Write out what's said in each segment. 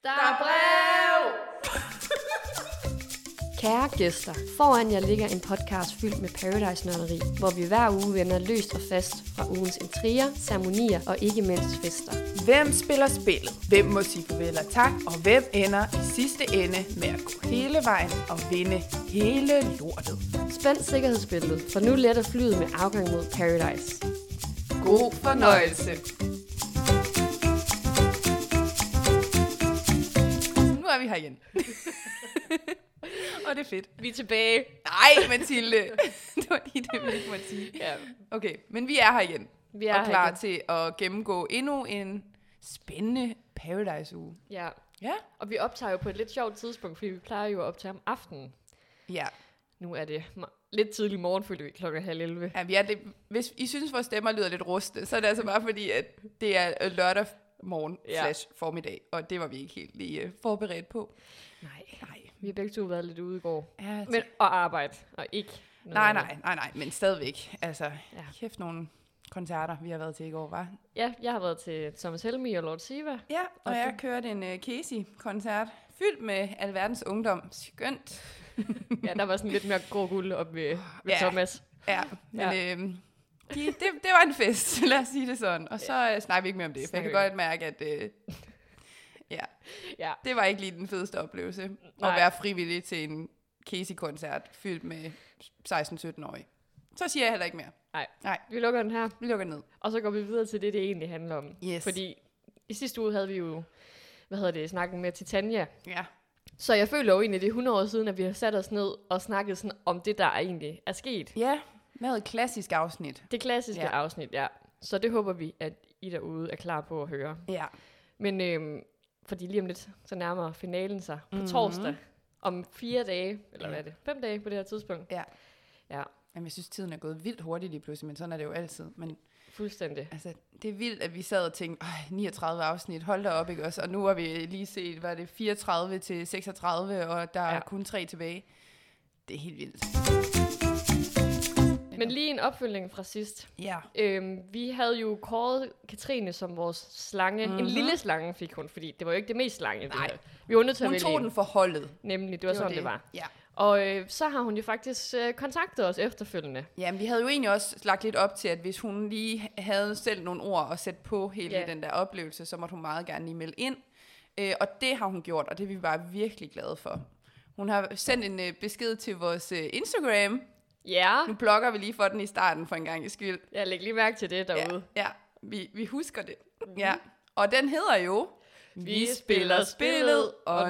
Der er brev! Kære gæster, foran jer ligger en podcast fyldt med Paradise-nørderi, hvor vi hver uge vender løst og fast fra ugens intriger, ceremonier og ikke mindst fester. Hvem spiller spillet? Hvem må sige farvel og tak? Og hvem ender i sidste ende med at gå hele vejen og vinde hele lortet? Spænd sikkerhedsbæltet, for nu letter flyet med afgang mod Paradise. God fornøjelse! Nu er vi her igen. Og det er fedt. Vi er tilbage. Nej, Mathilde. Det var lige det, vi ikke måtte sige. Ja. Okay, men vi er her igen. Vi er og klar igen til at gennemgå endnu en spændende Paradise-uge. Ja. Ja? Og vi optager jo på et lidt sjovt tidspunkt, fordi vi plejer jo at optage om aftenen. Ja. Nu er det lidt tidlig morgen, føler vi, 10:30. Ja, vi er det. Hvis I synes, vores stemmer lyder lidt rustne, så er det altså bare fordi, at det er lørdag morgen / formiddag, og det var vi ikke helt lige forberedt på. Nej. Vi har begge to været lidt ude i går. Ja, Men og arbejde, og ikke noget nej, men stadigvæk. Altså, kæft nogle koncerter, vi har været til i går, var. Ja, jeg har været til Thomas Helmig og Lord Siva. Ja, og jeg kørte en Casey-koncert, fyldt med alverdens ungdom. Skønt. Ja, der var sådan lidt mere grå guld op ved Thomas. Ja, men det var en fest, lad os sige det sådan. Og så snakker vi ikke mere om det, for jeg kan godt mærke, at det var ikke lige den fedeste oplevelse at være frivillig til en Casey-koncert fyldt med 16-17-årige. Så siger jeg heller ikke mere. Nej. Vi lukker den her. Vi lukker ned. Og så går vi videre til det egentlig handler om. Yes. Fordi i sidste uge havde vi jo, snakken med Titania. Ja. Så jeg føler jo egentlig, det er 100 år siden, at vi har sat os ned og snakket sådan om det, der egentlig er sket. Ja, med et klassisk afsnit. Det klassiske afsnit, ja. Så det håber vi, at I derude er klar på at høre. Ja. Men fordi lige om lidt, så nærmer finalen sig på torsdag. Om 4 dage, eller hvad er det? 5 dage på det her tidspunkt. Ja. Ja. Jamen, jeg synes, tiden er gået vildt hurtigt lige pludselig, men sådan er det jo altid. Men fuldstændig. Altså, det er vildt, at vi sad og tænkte, 39 afsnit, hold da op, ikke også? Og nu har vi lige set, var det 34 til 36, og der er kun 3 tilbage. Det er helt vildt. Men lige en opfølgning fra sidst. Ja. Vi havde jo kåret Katrine som vores slange. En lille slange fik hun, fordi det var jo ikke det mest slange. Nej. Vi var nødt til at hun vælge tog den for holdet. Nemlig, det var sådan, det var. Ja. Og så har hun jo faktisk kontaktet os efterfølgende. Jamen, vi havde jo egentlig også lagt lidt op til, at hvis hun lige havde selv nogle ord at sætte på hele den der oplevelse, så måtte hun meget gerne lige melde ind. Og det har hun gjort, og det er vi bare virkelig glade for. Hun har sendt en besked til vores Instagram. Ja. Nu blogger vi lige for den i starten for en gang i skyld. Jeg lægger lige mærke til det derude. Ja. Vi husker det. Ja. Og den hedder jo Vi spiller spillet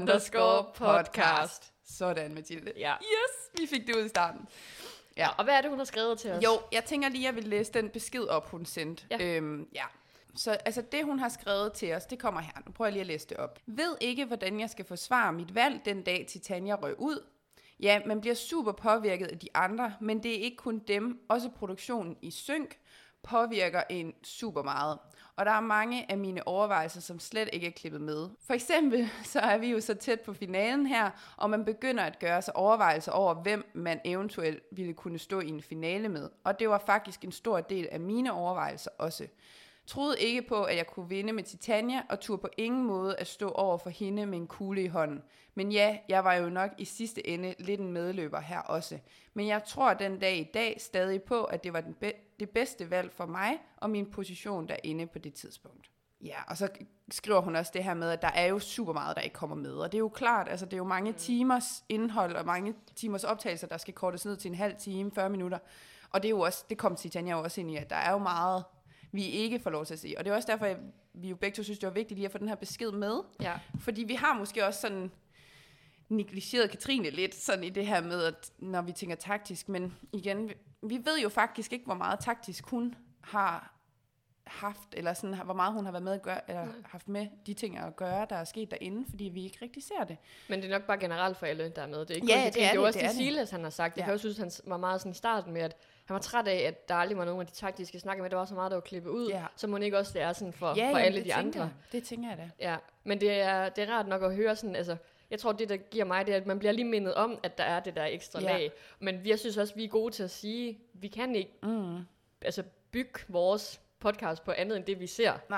_podcast. Sådan, Mathilde. Ja. Yes, vi fik det ud i starten. Ja. Og hvad er det, hun har skrevet til os? Jo, jeg tænker lige, at jeg vil læse den besked op, hun sendte. Ja. Så altså det, hun har skrevet til os, det kommer her. Nu prøver jeg lige at læse det op. Ved ikke, hvordan jeg skal forsvare mit valg den dag Titania røg ud. Ja, man bliver super påvirket af de andre, men det er ikke kun dem. Også produktionen i synk påvirker en super meget. Og der er mange af mine overvejelser, som slet ikke er klippet med. For eksempel, så er vi jo så tæt på finalen her, og man begynder at gøre sig overvejelser over, hvem man eventuelt ville kunne stå i en finale med. Og det var faktisk en stor del af mine overvejelser også. Troede ikke på, at jeg kunne vinde med Titania, og turde på ingen måde at stå over for hende med en kugle i hånden. Men ja, jeg var jo nok i sidste ende lidt en medløber her også. Men jeg tror den dag i dag stadig på, at det var det bedste valg for mig og min position derinde på det tidspunkt. Ja, og så skriver hun også det her med, at der er jo super meget, der ikke kommer med. Og det er jo klart, altså det er jo mange timers indhold og mange timers optagelser, der skal kortes ned til en halv time, 40 minutter. Og det er jo også, det kom Titania jo også ind i, at der er jo meget, vi ikke får lov til at se. Og det er også derfor, at vi jo begge to synes, det var vigtigt lige at få den her besked med. Ja. Fordi vi har måske også sådan negligeret Katrine lidt sådan i det her med, at når vi tænker taktisk, men igen, vi ved jo faktisk ikke, hvor meget taktisk hun har haft, eller sådan, hvor meget hun har været med at gøre, eller haft med de ting at gøre, der er sket derinde, fordi vi ikke rigtig ser det. Men det er nok bare generelt for alle, der er med. Det er ikke det er også det Silas, han har sagt. Jeg kan også synes, han var meget sådan i starten med, at han var træt af, at der aldrig var nogen af de taktiske snakke med, der var så meget, der var klippet ud, så må ikke også det er sådan for alle de andre. Det tænker jeg da. Ja, men det er rart nok at høre sådan, altså, jeg tror, det der giver mig, det er, at man bliver lige mindet om, at der er det der ekstra lag. Men jeg synes også, vi er gode til at sige, vi kan ikke bygge vores podcast på andet end det, vi ser. Nej.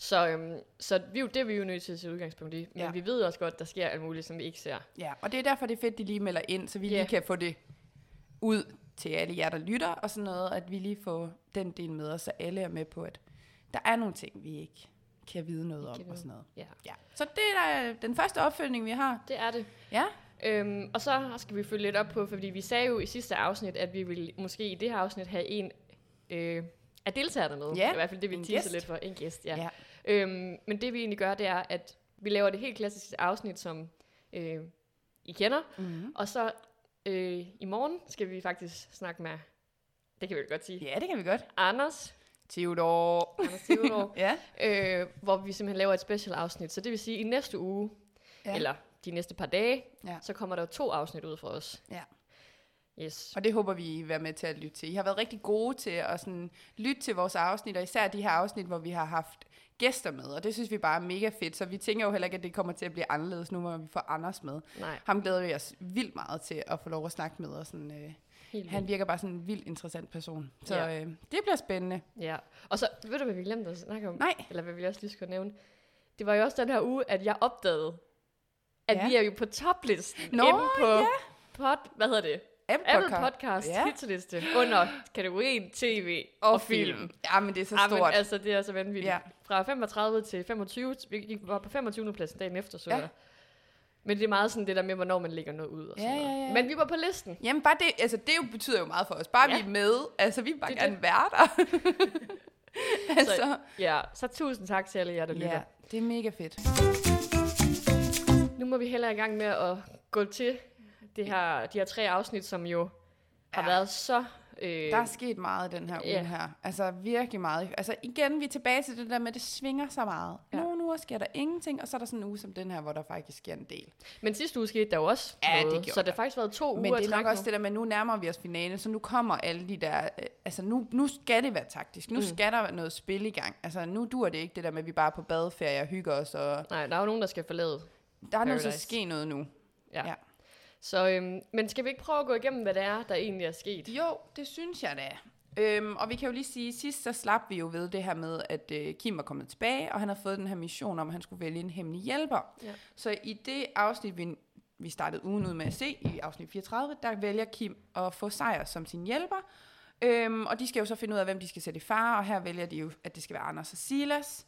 Så det er vi jo nødt til at se udgangspunkt i. Men vi ved også godt, der sker alt muligt, som vi ikke ser. Ja, og det er derfor, det er fedt, de lige melder ind, så vi lige kan få det ud til alle jer, der lytter, og sådan noget, at vi lige får den del med os, så alle er med på, at der er nogle ting, vi ikke kan vide noget om, og sådan noget. Ja. Så det er den første opfølgning, vi har. Det er det. Ja. Og så skal vi følge lidt op på, fordi vi sagde jo i sidste afsnit, at vi ville måske i det her afsnit have en af deltagerne med. Ja, i hvert fald det, vi teaser lidt for. En gæst, ja. Men det vi egentlig gør, det er, at vi laver det helt klassiske afsnit, som I kender. Mm-hmm. Og så i morgen skal vi faktisk snakke med, det kan vi godt sige. Ja, det kan vi godt. Anders Theodor. Ja. Hvor vi simpelthen laver et special afsnit. Så det vil sige, at i næste uge, eller de næste par dage, så kommer der jo 2 afsnit ud fra os. Ja. Yes. Og det håber vi, I vil være med til at lytte til. I har været rigtig gode til at sådan, lytte til vores afsnit, og især de her afsnit, hvor vi har haft gæster med, og det synes vi bare er mega fedt, så vi tænker jo heller ikke, at det kommer til at blive anderledes nu, hvor vi får Anders med. Nej. Ham glæder vi os vildt meget til at få lov at snakke med, og sådan, han virker bare sådan en vildt interessant person. Så det bliver spændende. Ja, og så, ved du, hvad vi glemte at snakke om? Nej. Eller hvad vi også lige skulle nævne? Det var jo også den her uge, at jeg opdagede, at vi er jo på toplisten inde på, hvad hedder det? Apple Podcast hitliste under kategorien TV og film. Ja, men det er så stort. Men, altså, det er så vanvittigt. Ja. Fra 35 til 25, vi var på 25. pladsen dagen efter, så men det er meget sådan det der med, hvornår man lægger noget ud. Og sådan noget. Men vi var på listen. Jamen bare det, altså det jo betyder jo meget for os. Bare vi er med, altså vi vil bare gerne være der. Altså. Så tusind tak til alle jer, der lytter. Ja, det er mega fedt. Nu må vi hellere i gang med at gå til de her 3 afsnit, som jo har været så... Der er sket meget den her uge her. Altså virkelig meget. Altså igen, vi er tilbage til det der med, at det svinger så meget. Ja. Nogle uger sker der ingenting, og så er der sådan en uge som den her, hvor der faktisk sker en del. Men sidste uge skete der jo også noget, så det har faktisk været 2 uger. Men det er nok også det der med, nu nærmer vi os finalen, så nu kommer alle de der... Altså nu skal det være taktisk. Nu skal der være noget spil i gang. Altså nu dur det ikke det der med, at vi bare er på badeferie og hygger os. Og... Nej, der er jo nogen, der skal forlade Der er nødt til at ske noget nu. Ja. Så, men skal vi ikke prøve at gå igennem, hvad det er, der egentlig er sket? Jo, det synes jeg da. Og vi kan jo lige sige, sidst så slap vi jo ved det her med, at Kim var kommet tilbage, og han har fået den her mission om, at han skulle vælge en hemmelig hjælper. Ja. Så i det afsnit, vi startede ugen ud med at se, i afsnit 34, der vælger Kim at få Sejr som sin hjælper. Og de skal jo så finde ud af, hvem de skal sætte i fare, og her vælger de jo, at det skal være Anders og Silas.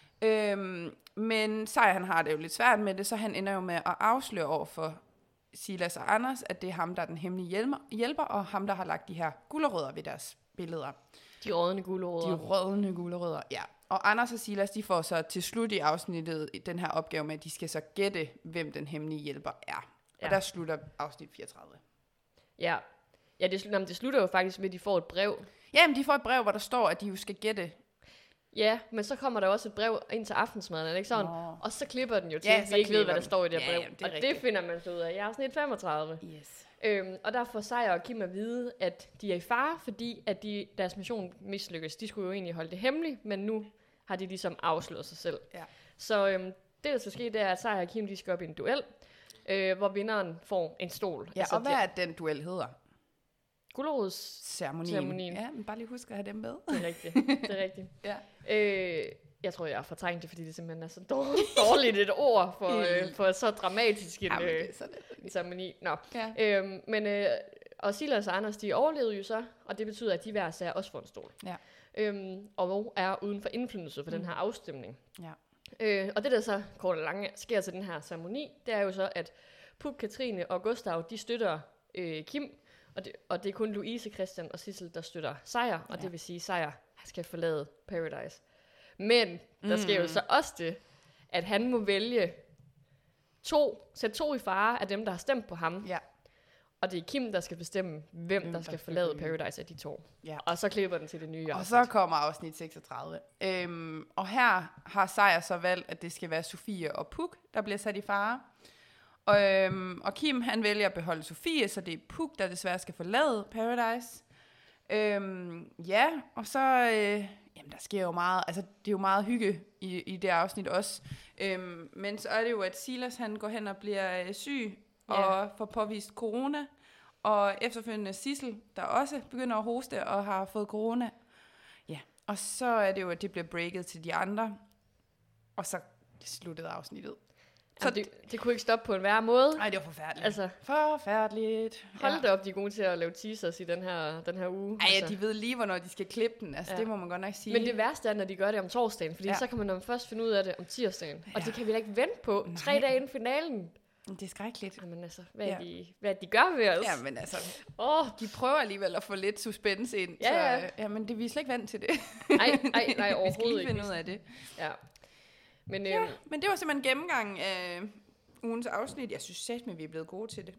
Men Sejr, han har det jo lidt svært med det, så han ender jo med at afsløre over for Silas og Anders, at det er ham, der er den hemmelige hjælper, og ham, der har lagt de her gulerødder ved deres billeder. De rådne gulerødder. Ja. Og Anders og Silas, de får så til slut i afsnittet den her opgave med, at de skal så gætte, hvem den hemmelige hjælper er. Og der slutter afsnit 34. Ja, det slutter jo faktisk med, at de får et brev. Jamen, de får et brev, hvor der står, at de jo skal gætte. Ja, men så kommer der også et brev ind til aftensmaden, er det ikke sådan? Og så klipper den jo til, så I ikke ved, hvad der står i det brev. Jamen, det det finder man så ud af i afsnit 35. Yes. Og der får Sejr og Kim at vide, at de er i fare, fordi at deres mission mislykkes. De skulle jo egentlig holde det hemmeligt, men nu har de ligesom afsløret sig selv. Ja. Så det, der skal ske, det er, at Sejr og Kim, de skal op i en duel, hvor vinderen får en stol. Ja, altså, og hvad er den duel hedder? Gulerodsceremonien. Ja, men bare lige husk at have dem med. Det er rigtigt. Ja. Jeg tror, jeg har fortrængt det, fordi det simpelthen er så dårligt et ord for så dramatisk en ceremoni. Nå. Ja. Og Silas og Anders, de overlevede jo så, og det betyder, at de hver sær også får en stol. Ja. Og er uden for indflydelse for den her afstemning. Ja. Og det, der så kort og langt sker til den her ceremoni, det er jo så, at Puk, Katrine og Gustav, de støtter Kim, og det er kun Louise, Christian og Sissel, der støtter Sejr, og det vil sige, at Sejr skal forlade Paradise. Men der sker jo så også det, at han må vælge sætte 2 i fare af dem, der har stemt på ham. Ja. Og det er Kim, der skal bestemme, hvem der skal forlade Paradise af de 2. Ja. Og så klipper den til det nye afsnit. Og så kommer afsnit 36. Og her har Sejr så valgt, at det skal være Sofie og Puk, der bliver sat i fare. Og Kim, han vælger at beholde Sofie, så det er Puk, der desværre skal forlade Paradise. Og så... Jamen, der sker jo meget, altså det er jo meget hygge i det afsnit også. Men så er det jo, at Silas han går hen og bliver syg og får påvist corona. Og efterfølgende Sissel, der også begynder at hoste og har fået corona. Ja, og så er det jo, at det bliver breaket til de andre. Og så sluttede afsnittet. Så det kunne ikke stoppe på en værre måde. Nej, det var forfærdeligt. Altså, forfærdeligt. Hold da op, de er gode til at lave teasers i den her uge. Ej, ja, de ved lige, hvornår de skal klippe den. Altså, det må man godt nok sige. Men det værste er, når de gør det om torsdagen, fordi så kan man først finde ud af det om tirsdagen. Og det kan vi da ikke vente på. 3 dage inden finalen. Det er skrækkeligt. Jamen altså, hvad er de gør ved os? Jamen altså, de prøver alligevel at få lidt suspense ind. Ja. Så, men det er vi slet ikke vant til det. Nej, overhovedet ikke. Vi skal lige finde ud af det. Ja. Men det var simpelthen gennemgang af ugens afsnit. Jeg synes selv, at vi er blevet gode til det.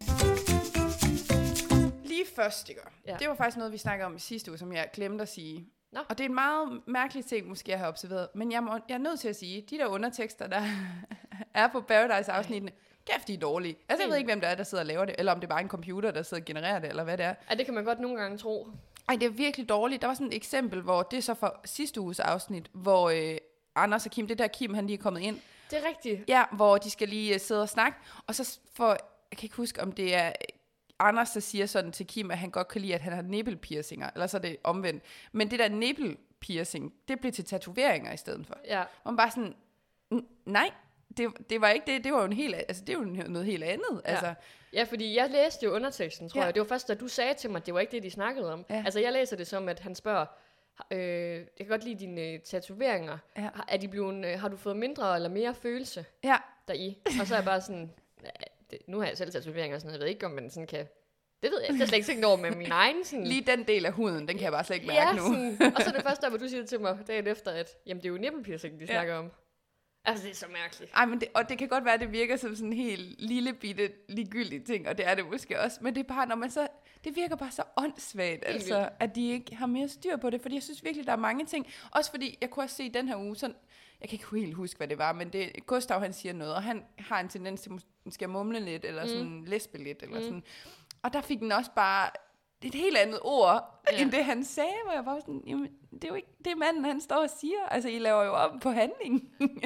Lige først, ikke? Ja. Det var faktisk noget, vi snakkede om i sidste uge, som jeg glemte at sige. Nå. Og det er en meget mærkelig ting, måske jeg har observeret. Men jeg er nødt til at sige, de der undertekster, der er på Paradise-afsnittene, kæft, de er dårlige. Altså, jeg ved ikke, hvem det er, der sidder og laver det, eller om det er bare en computer, der sidder og genererer det, eller hvad det er. Ja, det kan man godt nogle gange tro. Ej, det er virkelig dårligt. Der var sådan et eksempel, hvor det er så for sidste uges afsnit, hvor Anders og Kim, det der Kim, han lige er kommet ind. Det er rigtigt. Ja, hvor de skal lige sidde og snakke, og så jeg kan ikke huske, om det er Anders, der siger sådan til Kim, at han godt kan lide, at han har nippelpiercinger, eller så er det omvendt. Men det der nippelpiercing, det blev til tatoveringer i stedet for. Ja. Og man bare sådan, nej, det var ikke det, det var jo det er jo noget helt andet. Ja. Altså. Ja, fordi jeg læste jo underteksten, tror jeg. Det var først, da du sagde til mig, at det var ikke det, de snakkede om. Ja. Altså, jeg læser det som, at han spørger, jeg kan godt lide dine tatoveringer. Ja. Har du fået mindre eller mere følelse deri? Og så er jeg bare sådan, nu har jeg selv tatoveringer og sådan noget, jeg ved ikke, om man sådan kan... Det ved jeg, det er slet ikke tænkt over med min egen. Sådan. Lige den del af huden, den kan jeg bare slet ikke mærke nu. Sådan, og så er det første, hvor du siger til mig dagen efter, at jamen, det er jo nippelpiercing, de snakker om. Altså, det er så mærkeligt. Ej, men det kan godt være, at det virker som sådan en helt lille bitte ligegyldig ting, og det er det måske også. Men det er bare, når man så... Det virker bare så åndssvagt, altså, at de ikke har mere styr på det. Fordi jeg synes virkelig, der er mange ting. Også fordi, jeg kunne også se den her uge, sådan... Jeg kan ikke helt huske, hvad det var, men Gustav, han siger noget, og han har en tendens til måske at mumle lidt, eller sådan læspe lidt, eller sådan. Og der fik den også bare et helt andet ord, end det han sagde, hvor jeg var sådan, jamen, det er jo ikke det manden, han står og siger. Altså, I laver jo op på handling.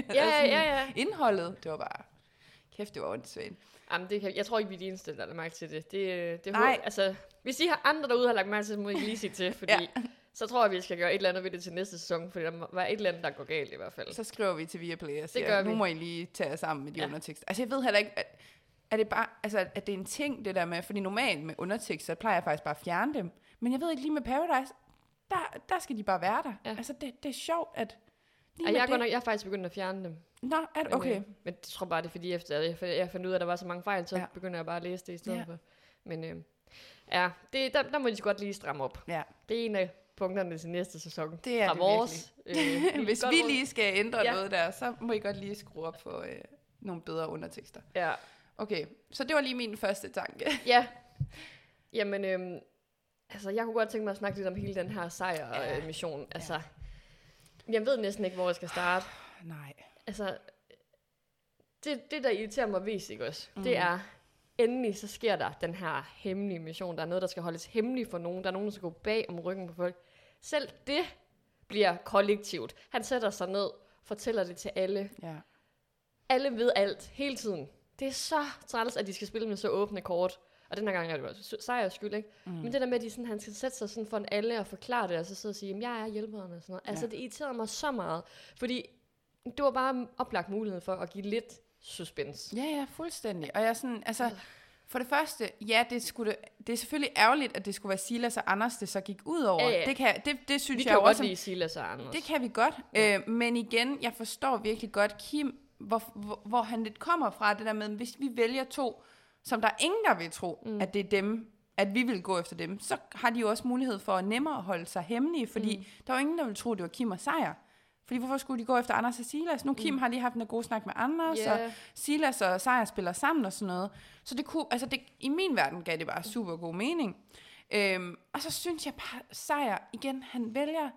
Ja. Indholdet, det var bare, kæft, det var åndssvagt. Jamen, jeg tror ikke, vi er de eneste, der har lagt mærke til det. Nej. Altså, hvis I har andre derude, har lagt mærke til det, må I lige sige til, fordi så tror jeg, vi skal gøre et eller andet ved det til næste sæson, fordi der var et eller andet, der går galt i hvert fald. Så skriver vi til Viaplay og siger, nu må I lige tage jer sammen med de undertekster. Altså, jeg ved heller ikke, er det bare, altså, at det er en ting, det der med, fordi normalt med undertekster, så plejer jeg faktisk bare at fjerne dem. Men jeg ved ikke, lige med Paradise, der skal de bare være der. Ja. Altså, det er sjovt, at... Jeg er faktisk begyndt at fjerne dem. Nå, er det okay? Men jeg tror bare, det er fordi, efter jeg fandt ud af, at der var så mange fejl, så begynder jeg bare at læse det i stedet for. Men der må de godt lige stramme op. Ja. Det er en af punkterne til næste sæson. Det er fra det vores. Hvis vi lige skal ændre noget der, så må I godt lige skrue op for nogle bedre undertekster. Ja. Okay, så det var lige min første tanke. Ja. Jamen, altså, jeg kunne godt tænke mig at snakke lidt om hele den her sejr-mission. Altså, jeg ved næsten ikke, hvor jeg skal starte. Nej. Altså, det der irriterer mig mest, ikke også, det er, endelig så sker der den her hemmelige mission. Der er noget, der skal holdes hemmeligt for nogen. Der er nogen, der skal gå bag om ryggen på folk. Selv det bliver kollektivt. Han sætter sig ned, fortæller det til alle. Ja. Alle ved alt, hele tiden. Det er så træls, at de skal spille med så åbne kort. Og den her gang er det jo sejrs skyld, ikke? Men det der med, at han skal sætte sig sådan foran alle og forklare det, og så sidde og sige, jamen jeg er hjælperen og sådan noget. Altså, det irriterede mig så meget. Fordi det var bare oplagt mulighed for at give lidt suspense. Ja, fuldstændig. Og jeg sådan, altså, for det første, det er selvfølgelig ærgerligt, at det skulle være Silas og Anders, det så gik ud over. Ja. Det synes vi jeg også. Vi kan godt lide Silas og Anders. Det kan vi godt. Ja. Men igen, jeg forstår virkelig godt Kim, hvor han lidt kommer fra, det der med, hvis vi vælger to, som der er ingen, der vil tro, at det er dem, at vi vil gå efter dem, så har de jo også mulighed for at nemmere holde sig hemmelige, fordi der er jo ingen, der vil tro, det var Kim og Sejr. Fordi hvorfor skulle de gå efter Anders og Silas? Nu Kim har lige haft en god snak med Anders, og Silas og Sejr spiller sammen og sådan noget. Så det kunne, altså i min verden gav det bare super god mening. Og så synes jeg bare, Sejr igen, han vælger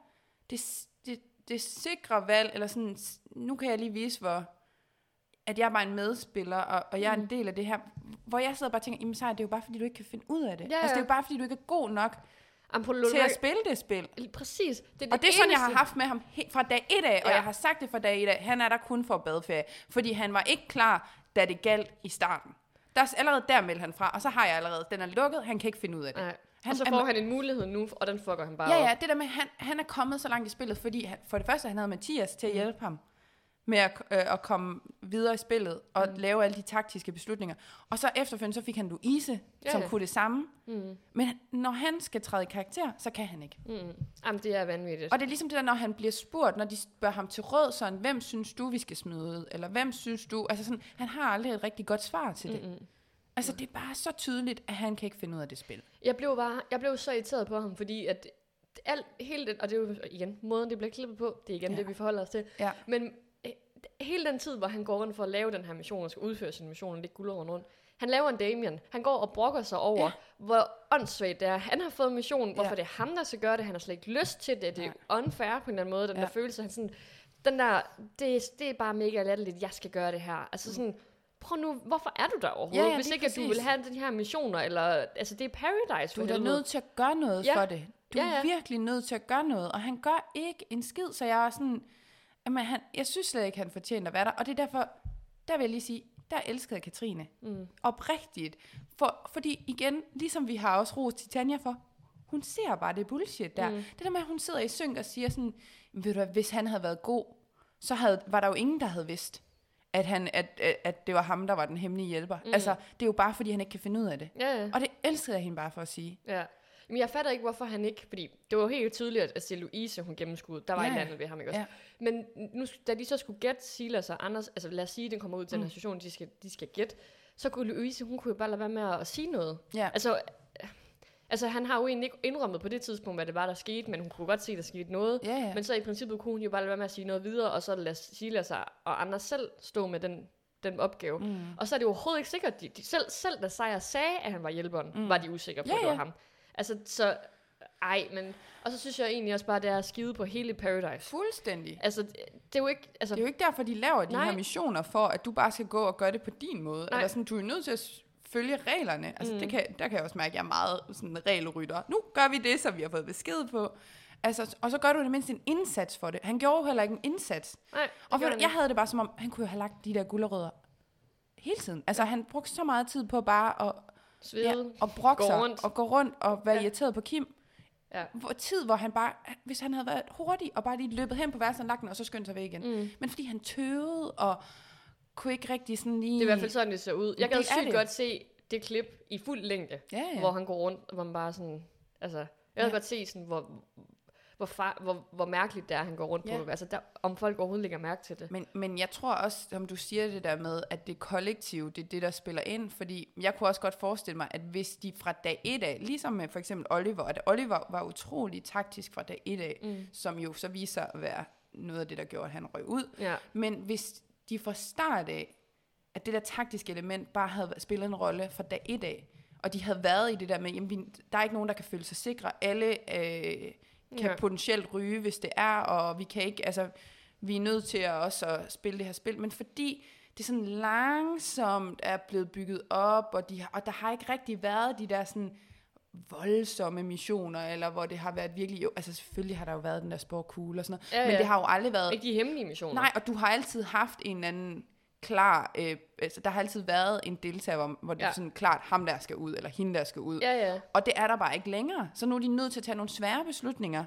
det sikre valg, eller sådan, nu kan jeg lige vise, at jeg er bare en medspiller, og jeg er en del af det her, hvor jeg sidder og bare tænker, jamen Sejr, det er jo bare fordi, du ikke kan finde ud af det. Ja. Altså det er jo bare fordi, du ikke er god nok til at spille det spil. Præcis. Og det er sådan, jeg har haft med ham fra dag 1 af, og jeg har sagt det fra dag 1 af, han er der kun for badeferie, fordi han var ikke klar, da det galt i starten. Allerede der meldte han fra, og så har jeg allerede, den er lukket, han kan ikke finde ud af det. Og så får han en mulighed nu, og den fucker han bare op. Ja, det der med, han er kommet så langt i spillet, fordi for det første, han havde Mathias til at hjælpe ham. med at komme videre i spillet og lave alle de taktiske beslutninger. Og så efterfølgende, så fik han Louise, som kunne det samme. Men når han skal træde i karakter, så kan han ikke. Jamen, det er vanvittigt. Og det er ligesom det der, når han bliver spurgt, når de spørger ham til råd, sådan, hvem synes du, vi skal smide ud? Eller hvem synes du? Altså sådan, han har aldrig et rigtig godt svar til det. Altså, det er bare så tydeligt, at han kan ikke finde ud af det spil. Jeg blev så irriteret på ham, fordi at hele den, og det er jo igen, måden det bliver klippet på, det er igen det, vi forholder os til. Ja. Men hele den tid, hvor han går rundt for at lave den her mission, og skal udføre sin mission, og lægge guldåren rundt, han laver en Damien. Han går og brokker sig over, hvor åndssvagt det er. Han har fået missionen, hvorfor det er ham, der skal gøre det. Han har slet ikke lyst til det. Det er unfair på en eller anden måde, den der følelse. Han sådan, den der, det er bare mega latterligt, jeg skal gøre det her. Altså sådan, prøv nu, hvorfor er du der overhovedet? Hvis ikke, at du vil have den her missioner, eller, altså det er paradise. Du er da nødt til at gøre noget for det. Du er virkelig nødt til at gøre noget, og han gør ikke en skid, så jeg er sådan, jamen jeg synes slet ikke, han fortjener at være der, og det er derfor, der vil jeg lige sige, der elskede Katrine. Oprigtigt. Fordi igen, ligesom vi har også rost til Tanja for, hun ser bare det bullshit der. Det der med, at hun sidder i synk og siger sådan, ved du hvad, hvis han havde været god, så var der jo ingen, der havde vidst, at det var ham, der var den hemmelige hjælper. Altså, det er jo bare, fordi han ikke kan finde ud af det. Og det elskede jeg hende bare for at sige. Ja. Men jeg fatter ikke, hvorfor han ikke, fordi det var jo helt tydeligt, at det Louise, hun gennemskudde. Der var et eller andet ved ham, ikke også? Men nu, da de så skulle gætte Silas og Anders, altså lad os sige, den kommer ud til den her situation, de skal gætte, så kunne Louise, hun kunne jo bare lade være med at sige noget. Altså han har jo egentlig ikke indrømmet på det tidspunkt, hvad det var, der skete, men hun kunne godt se, der skete noget. Men så i princippet kunne hun jo bare lade være med at sige noget videre, og så lade Silas og Anders selv stå med den opgave. Og så er det jo overhovedet ikke sikkert, selv da Sejr sagde, at han var hjælperen, var de usikre på, at det var ham. Altså, så... men... Og så synes jeg egentlig også bare, det er skide på hele Paradise. Fuldstændig. Altså, det er jo ikke... Altså, det er jo ikke derfor, de laver de her missioner, for at du bare skal gå og gøre det på din måde. Eller sådan, du er nødt til at følge reglerne. Altså, der kan jeg også mærke, at jeg er meget sådan regelrytter. Nu gør vi det, som vi har fået besked på. Altså, og så gør du det mindst en indsats for det. Han gjorde jo heller ikke en indsats. Nej, og jeg havde det bare som om, han kunne jo have lagt de der gulerødder hele tiden. Altså, han brugte så meget tid på bare at... og brokke sig, og gå rundt og være irriteret på Kim. Hvor han bare, hvis han havde været hurtig, og bare lige løbet hen på værelsen og lagt den, og så skyndte sig væk igen. Men fordi han tøvede, og kunne ikke rigtig sådan lige... Det er i hvert fald sådan, det ser ud. Jeg kan sygt godt se det klip i fuld længde, hvor han går rundt, hvor man bare sådan... Altså, jeg kan godt se sådan, hvor mærkeligt det er, han går rundt på. Altså, om folk overhovedet lægger mærke til det. Men jeg tror også, som du siger det der med, at det kollektive, det er det, der spiller ind. Fordi jeg kunne også godt forestille mig, at hvis de fra dag 1 af, ligesom med for eksempel Oliver, at Oliver var utrolig taktisk fra dag 1 af, som jo så viser at være noget af det, der gjorde, at han røg ud. Men hvis de fra start af, at det der taktiske element bare havde spillet en rolle fra dag 1 af, og de havde været i det der med, jamen, der er ikke nogen, der kan føle sig sikre. Alle... kan potentielt ryge, hvis det er, og vi kan ikke, altså, vi er nødt til at også at spille det her spil, men fordi det sådan langsomt er blevet bygget op, og der har ikke rigtig været de der sådan voldsomme missioner, eller hvor det har været virkelig, jo, altså selvfølgelig har der jo været den der sporkugle og sådan noget, men det har jo aldrig været... Ikke de hemmelige missioner. Nej, og du har altid haft en anden klar, altså der har altid været en deltager, hvor det er sådan klart, ham der skal ud, eller hende der skal ud. Og det er der bare ikke længere. Så nu er de nødt til at tage nogle svære beslutninger.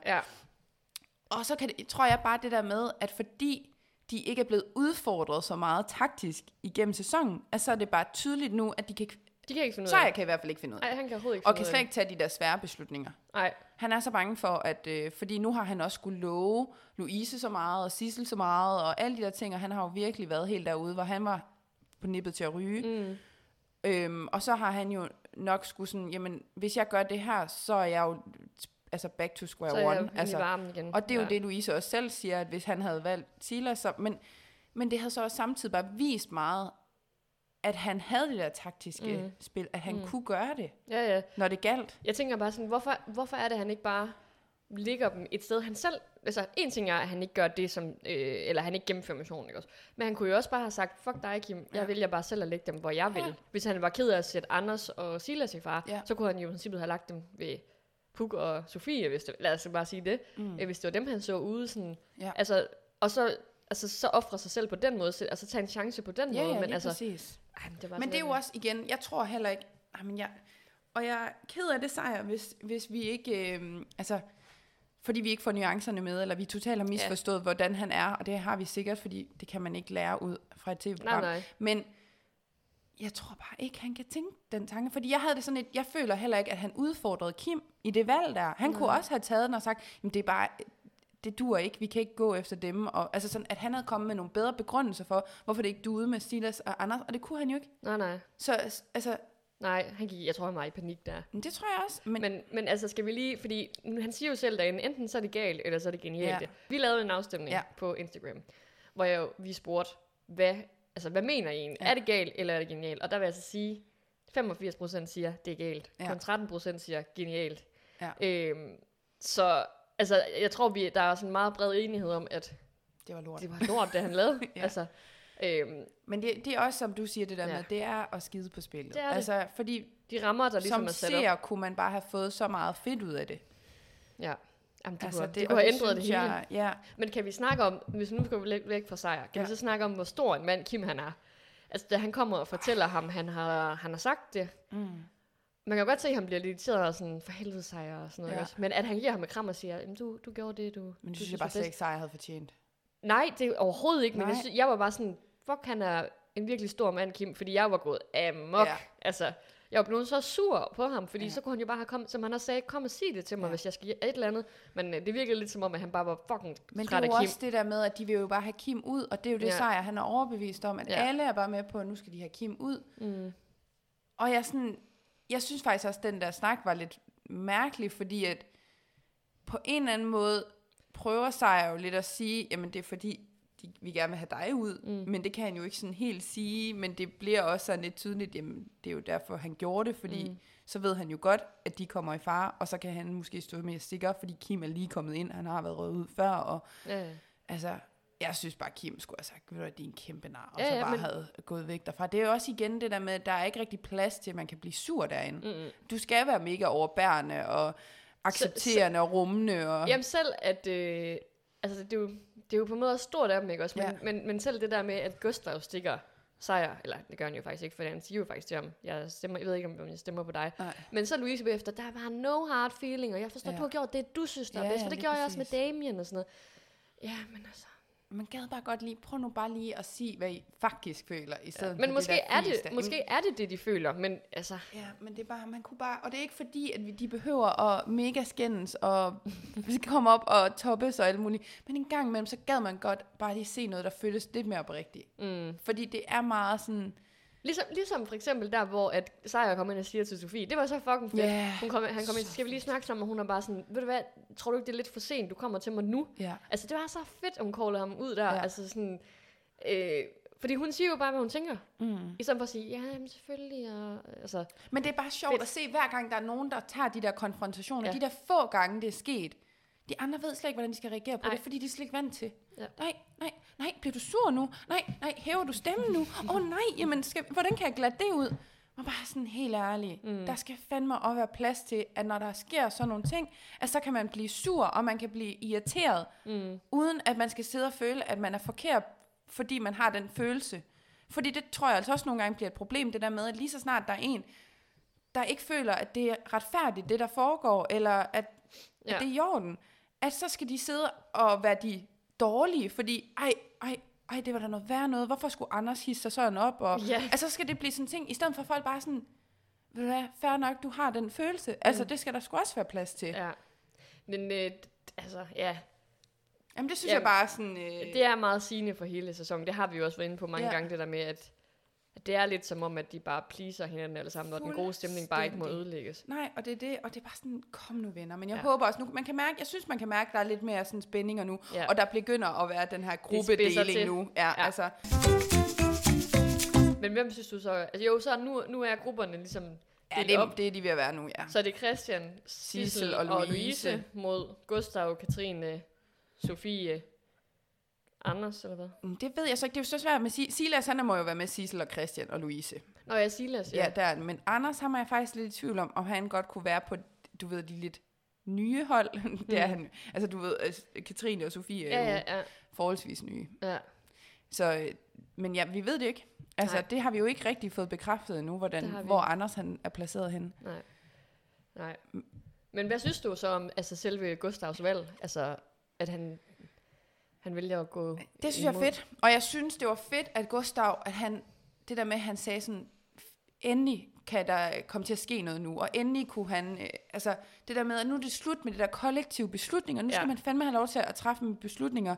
Og så tror jeg bare det der med, at fordi de ikke er blevet udfordret så meget taktisk igennem sæsonen, altså så er det bare tydeligt nu, at de kan ikke finde ud af. Så jeg kan i hvert fald ikke finde ud af. Nej, han kan overhovedet ikke finde ud af. Og kan slet ikke tage de der svære beslutninger. Nej. Han er så bange for, at fordi nu har han også skulle love Louise så meget, og Sissel så meget, og alle de der ting, og han har jo virkelig været helt derude, hvor han var på nippet til at ryge. Og så har han jo nok skulle sådan, jamen, hvis jeg gør det her, så er jeg jo altså back to square one. Altså, igen. Og det er jo det, Louise også selv siger, at hvis han havde valgt Silas, så, men det havde så også samtidig bare vist meget, at han havde det der taktiske spil, at han kunne gøre det, når det galt. Jeg tænker bare sådan, hvorfor er det, han ikke bare ligger dem et sted, han selv... Altså, en ting er, at han ikke gør det, som... eller han ikke gennemfører missionen, ikke også? Men han kunne jo også bare have sagt, fuck dig, Kim, jeg vælger bare selv at lægge dem, hvor jeg vil. Hvis han var ked af at sætte Anders og Silas i far, så kunne han jo i princippet have lagt dem ved Puk og Sofie, hvis det, lad os bare sige det. Hvis det var dem, han så ude, sådan... Altså, og så... Altså, så offre sig selv på den måde, altså tage en chance på den måde. Men altså, præcis. Men det er jo også, igen, jeg tror heller ikke, og jeg er ked af det, Sejr, hvis vi ikke, altså, fordi vi ikke får nuancerne med, eller vi totalt har misforstået, hvordan han er, og det har vi sikkert, fordi det kan man ikke lære ud fra et tv-program. Nej. Men jeg tror bare ikke, han kan tænke den tanke, fordi jeg havde det sådan jeg føler heller ikke, at han udfordrede Kim i det valg der. Han kunne også have taget den og sagt, jamen det er bare, det duer ikke, vi kan ikke gå efter dem, og altså sådan, at han havde kommet med nogle bedre begrundelser for, hvorfor det ikke duede med Silas og Anders, og det kunne han jo ikke. Nej. Så altså... Nej, jeg tror, han var i panik der. Det tror jeg også. Men altså, skal vi lige, fordi han siger jo selv derinde, enten så er det galt, eller så er det genialt. Ja. Vi lavede en afstemning på Instagram, hvor vi spurgte, hvad mener I egentlig? Ja. Er det galt, eller er det genialt? Og der vil jeg så sige, 85% siger, det er galt. Kun 13% siger, genialt. Ja. Så altså, jeg tror, der er sådan meget bred enighed om, at det var lort, det han lavede. Ja. Altså, men det er også, som du siger det der med, det er at skide på spillet. Det er altså, det. Fordi de rammer, der ligesom er sat op. Som seer kunne man bare have fået så meget fedt ud af det. Ja. Jamen, det kunne have ændret det hele. Ja. Men kan vi snakke om, hvis nu skal vi væk fra sejr, kan vi så snakke om, hvor stor en mand Kim han er? Altså, da han kommer og fortæller ham, han har sagt det. Man kan jo godt se, at han bliver lidt irriteret og sådan, for helvede sejr og sådan noget. Også. Men at han giver ham et kram og siger, du gjorde det, du... Men du synes bare slet ikke, sejr havde fortjent. Nej, det er overhovedet ikke, men jeg var bare sådan, fuck, han er en virkelig stor mand, Kim, fordi jeg var gået amok. Ja. Altså, jeg var blevet så sur på ham, fordi så kunne han jo bare have kommet, som han også sagde, kom og sig det til mig, hvis jeg skal et eller andet. Men det virkede lidt som om, at han bare var fucking træt af Kim. Men det er jo også det der med, at de vil jo bare have Kim ud, og det er jo det sejr, han er overbevist om, at alle er bare med på, at nu skal de have Kim ud. Og jeg synes faktisk også, at den der snak var lidt mærkelig, fordi at på en eller anden måde prøver sig jo lidt at sige, jamen det er fordi, vi gerne vil have dig ud, men det kan han jo ikke sådan helt sige, men det bliver også sådan lidt tydeligt, jamen det er jo derfor, han gjorde det, fordi så ved han jo godt, at de kommer i fare, og så kan han måske stå mere sikker, fordi Kim er lige kommet ind, han har været røget ud før, og altså, jeg synes bare, Kim skulle have sagt, ved du, det er en kæmpe nar, og så bare havde gået væk derfra. Det er jo også igen det der med, at der er ikke rigtig plads til, at man kan blive sur derinde. Du skal være mega overbærende, og accepterende og rummende. Og... Jamen selv, at altså det er jo på en måde også stort af dem, ikke også? Men selv det der med, at Gustav stikker sejr, eller det gør han jo faktisk ikke, for han siger jo faktisk til ham, jeg ved ikke, om jeg stemmer på dig. Nej. Men så Louise bagefter, der var no hard feeling, og jeg forstår, du har gjort det, du synes, der er bedst, for det gjorde jeg også med Damien og sådan noget. Ja, men altså... Man gad bare godt lige, prøv nu bare lige at sige, hvad I faktisk føler, i stedet men måske er det, de føler, men altså... Ja, men det er bare, man kunne bare, og det er ikke fordi, at de behøver at mega skændes, og vi skal komme op og toppes og alt muligt, men en gang imellem, så gad man godt bare lige se noget, der føles lidt mere oprigtigt. Fordi det er meget sådan... Ligesom for eksempel der, hvor at Sejr kom ind og siger til Sofie, det var så fucking fedt. Yeah, han kom ind, skal vi lige snakke sammen, og hun er bare sådan, ved du hvad, tror du ikke, det er lidt for sent, du kommer til mig nu? Yeah. Altså, det var så fedt, at hun callede ham ud der. Yeah. Altså sådan, fordi hun siger jo bare, hvad hun tænker. I stedet for at sige, ja, jamen, selvfølgelig. Og, altså, men det er bare sjovt at se, hver gang der er nogen, der tager de der konfrontationer, de der få gange, det er sket. De andre ved slet ikke, hvordan de skal reagere på det, fordi de er slet ikke vant til. Ja. Nej, bliver du sur nu? Nej, hæver du stemmen nu? Nej, jamen, hvordan kan jeg glatte det ud? Og bare sådan helt ærlig. Der skal fandme også være plads til, at når der sker sådan nogle ting, at så kan man blive sur, og man kan blive irriteret, uden at man skal sidde og føle, at man er forkert, fordi man har den følelse. Fordi det tror jeg altså også nogle gange bliver et problem, det der med, at lige så snart der er en, der ikke føler, at det er retfærdigt, det der foregår, eller at det er i orden, at så skal de sidde og være de dårlige, fordi, ej, det var da noget værre noget, hvorfor skulle Anders hisse sig sådan op, og altså så skal det blive sådan en ting, i stedet for folk bare sådan, ved du hvad, fair nok, du har den følelse, altså det skal der sgu også være plads til. Ja, men altså, jamen det synes jeg bare sådan... Det er meget sigende for hele sæsonen, det har vi jo også været inde på mange gange, det der med, at det er lidt som om, at de bare pleaser hinanden alle sammen, og den gode stemning bare ikke må ødelægges. Nej, og det er det, og det er bare sådan, kom nu venner. Men jeg håber også, nu, jeg synes, man kan mærke, at der er lidt mere sådan spændinger nu, og der begynder at være den her gruppedeling nu. Ja. Altså. Men hvem synes du så? Altså jo, så nu er grupperne ligesom det er de ved at være nu, ja. Så er det Christian, Sissel og Louise mod Gustav, Katrine, Sofie, Anders, eller hvad? Det ved jeg så ikke. Det er jo så svært med Silas, han må jo være med Sissel og Christian og Louise. Nå ja, Silas, ja. Der er den. Men Anders har jeg faktisk lidt i tvivl om han godt kunne være på, du ved, de lidt nye hold. Det er han. Altså, du ved, Katrine og Sofie er jo forholdsvis nye. Ja. Så, men ja, vi ved det ikke. Altså, det har vi jo ikke rigtig fået bekræftet endnu, hvor Anders han er placeret henne. Nej. Men hvad synes du så om selve Gustavs valg? Altså, at han vælger at gå Det synes jeg er fedt. Og jeg synes, det var fedt, at Gustav, at det der med, at han sagde sådan, endelig kan der komme til at ske noget nu, og endelig kunne han, det der med, at nu er det slut med det der kollektive beslutninger, nu skal man fandme have lov til at træffe beslutninger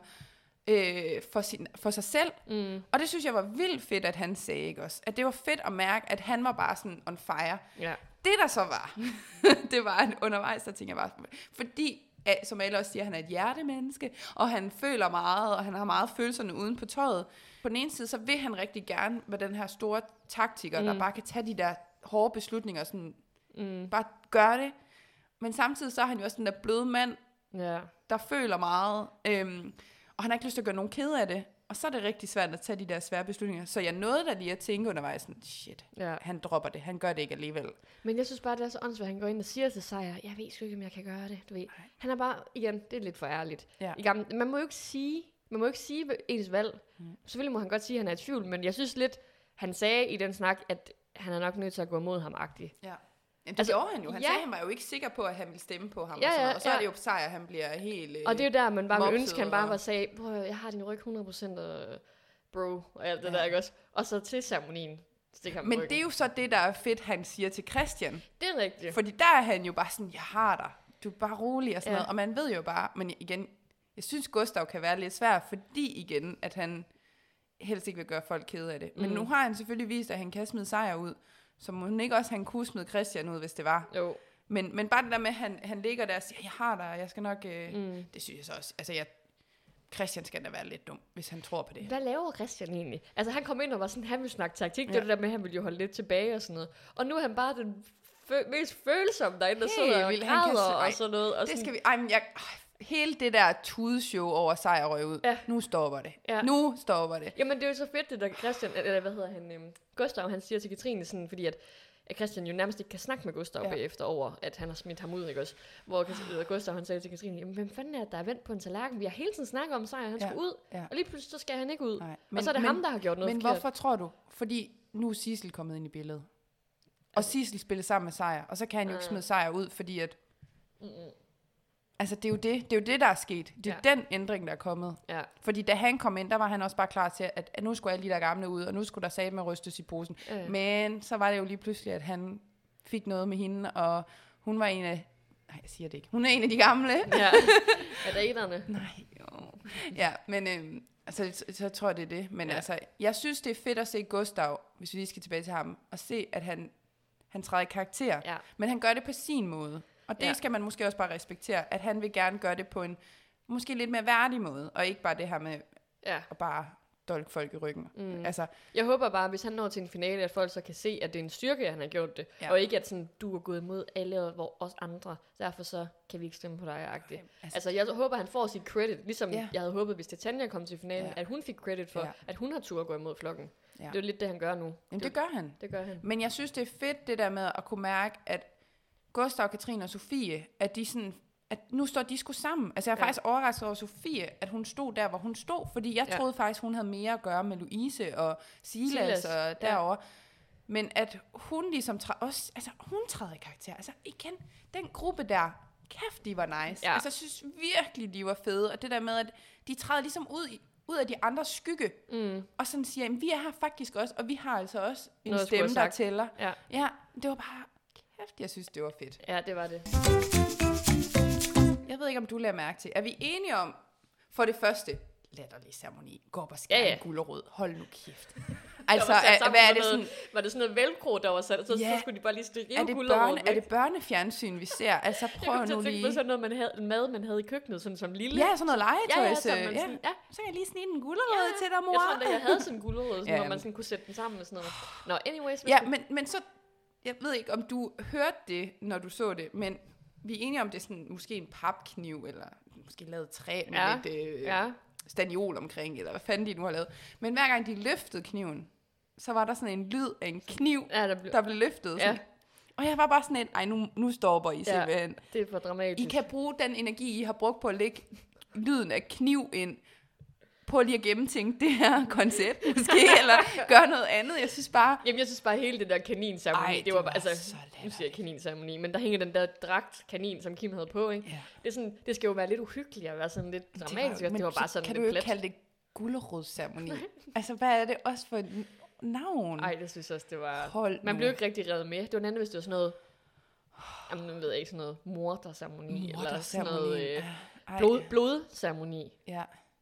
for sig selv, og det synes jeg var vildt fedt, at han sagde, ikke også? At det var fedt at mærke, at han var bare sådan on fire. Ja. Det der så var, det var en undervejs, der tænkte jeg bare, fordi, som alle også siger, han er et hjertemenneske, og han føler meget, og han har meget følelserne uden på tøjet. På den ene side, så vil han rigtig gerne være den her store taktiker, der bare kan tage de der hårde beslutninger, sådan, bare gøre det. Men samtidig så er han jo også den der bløde mand, der føler meget, og han har ikke lyst til at gøre nogen ked af det. Og så er det rigtig svært at tage de der svære beslutninger. Så jeg nåede da lige at tænke undervejs, sådan, shit, han dropper det, han gør det ikke alligevel. Men jeg synes bare, det er så åndssvagt, han går ind og siger til Sejr, jeg ved sgu ikke, om jeg kan gøre det, du ved. Han er bare, igen, det er lidt for ærligt. Ja. Man må jo ikke sige ens valg. Selvfølgelig må han godt sige, at han er i tvivl, men jeg synes lidt, han sagde i den snak, at han er nok nødt til at gå imod ham-agtigt. Ja. Jamen, det gjorde han jo. Han sagde, at han var jo ikke sikker på, at han ville stemme på ham. Og så er det jo Sejr, han bliver helt og det er jo der, man bare vil ønske, han bare var sagde, jeg har din ryg 100%, bro, og alt det der, ikke også? Og så til ceremonien. Men det er jo så det, der er fedt, han siger til Christian. Det er rigtigt. Fordi der er han jo bare sådan, jeg har dig. Du er bare rolig og sådan noget. Og man ved jo bare, men igen, jeg synes, Gustav kan være lidt svær, fordi igen, at han helst ikke vil gøre folk kede af det. Men nu har han selvfølgelig vist, at han kan smide Sejr ud. Så må han ikke også han kunne smide Christian ud, hvis det var. Jo. Men bare det der med, at han ligger der og siger, jeg har dig, jeg skal nok... Det synes jeg så også. Altså, Christian skal da være lidt dum, hvis han tror på det. Hvad laver Christian egentlig? Altså, han kom ind og var sådan, han ville snakke taktik. Det var det der med, at han ville jo holde lidt tilbage og sådan noget. Og nu er han bare den mest følsomme derinde, der sidder og græder og sådan noget. Og det sådan, skal vi... hele det der tudeshow over Sejr røg ud. Ja. Nu stopper det. Ja. Nu stopper det. Jamen, det er jo så fedt, det der Christian... Eller hvad hedder han? Gustav, han siger til Katrine sådan, fordi at Christian jo nærmest ikke kan snakke med Gustav bagefter over, at han har smidt ham ud, ikke også? Hvor Gustav, han sagde til Katrine, jamen, hvem fanden er det, der er vendt på en tallerken? Vi har hele tiden snakket om Sejr, han skulle ud. Ja. Og lige pludselig, så skal han ikke ud. Og så er det ham, der har gjort noget forkert. Men hvorfor tror du? Fordi nu er Sissel kommet ind i billedet. Og Sissel spiller sammen med Sejr, og så kan han jo ikke smide Sejr ud, fordi at... Altså, det er jo det, der er sket. Det er den ændring, der er kommet. Ja. Fordi da han kom ind, der var han også bare klar til, at nu skulle alle de der gamle ud, og nu skulle der satme rystes i posen. Men så var det jo lige pludselig, at han fik noget med hende, og hun var en af... Nej, jeg siger det ikke. Hun er en af de gamle. Ja, er der enerne? Nej, jo. Ja, men så tror jeg, det er det. Men altså, jeg synes, det er fedt at se Gustav, hvis vi lige skal tilbage til ham, og se, at han træder i karakter. Ja. Men han gør det på sin måde. Og det skal man måske også bare respektere, at han vil gerne gøre det på en måske lidt mere værdig måde, og ikke bare det her med at bare dolke folk i ryggen. Altså, jeg håber bare, hvis han når til en finale, at folk så kan se, at det er en styrke, at han har gjort det, og ikke at sådan, du er gået imod alle os andre, derfor så kan vi ikke stemme på dig. Okay, altså, jeg håber, han får sit credit, ligesom jeg havde håbet, hvis Tanja kom til finalen, at hun fik credit for, at hun har tur at gå imod flokken. Ja. Det er jo lidt det, han gør nu. Jamen, det gør han. Men jeg synes, det er fedt, det der med at kunne mærke, at Gustav, Katrine og Sofie, at de sådan, at nu står de sgu sammen. Altså jeg er faktisk overrasket over Sofie, at hun stod der, hvor hun stod, fordi jeg troede faktisk, hun havde mere at gøre med Louise og Silas og derovre. Men at hun ligesom hun træder i karakter. Altså igen, den gruppe der, kæft, de var nice. Ja. Altså jeg synes virkelig, de var fede. Og det der med, at de træder ligesom ud af de andres skygge, og sådan siger, vi er her faktisk også, og vi har altså også en noget stemme, der tæller. Ja, det var bare... Jeg synes, det var fedt. Ja, det var det. Jeg ved ikke, om du lader mærke til. Er vi enige om, for det første, latterlig ceremoni, gå op og skære en gulerod. Hold nu kæft. Altså, hvad er det sådan? Var det sådan noget velcro, der var sat? Så skulle de bare lige rive guleroden væk. Er det børnefjernsyn, vi ser? Altså, prøv nu lige. Jeg kunne tænke på sådan noget, mad, man havde i køkkenet, sådan som lille. Ja, sådan noget legetøj. Så kan jeg lige snige en gulerod til dig, mor. Jeg tror, jeg havde sådan en gulerod, hvor man sådan kunne sætte den sammen med sådan noget. Nå, anyways. Ja, men så... Jeg ved ikke, om du hørte det, når du så det, men vi er enige om, det er sådan, måske en papkniv, eller måske lavet træ med lidt staniol omkring, eller hvad fanden de nu har lavet. Men hver gang de løftede kniven, så var der sådan en lyd af en kniv, der blev løftet. Ja. Og jeg var bare sådan nu stopper I simpelthen. Det er for dramatisk. I kan bruge den energi, I har brugt på at lægge lyden af kniv ind prøv lige at gennemtænke det her koncept, måske, eller gør noget andet. Jeg synes bare... Jamen, jeg synes bare, hele det der kaninceremoni, det var bare, altså, nu siger jeg kaninceremoni, men der hænger den der dragt kanin, som Kim havde på, ikke? Yeah. Det er sådan, det skal jo være lidt uhyggeligt og være sådan lidt dramatisk, det var bare sådan kan lidt kan du jo kalde det gulerodsceremoni? Altså, hvad er det også for et navn? Nej, det synes jeg også, det var... Man blev ikke rigtig revet med. Det var andet, hvis det var sådan noget... Jamen, nu ved jeg ikke, sådan noget morderceremoni, eller sådan noget blodceremoni. Ja.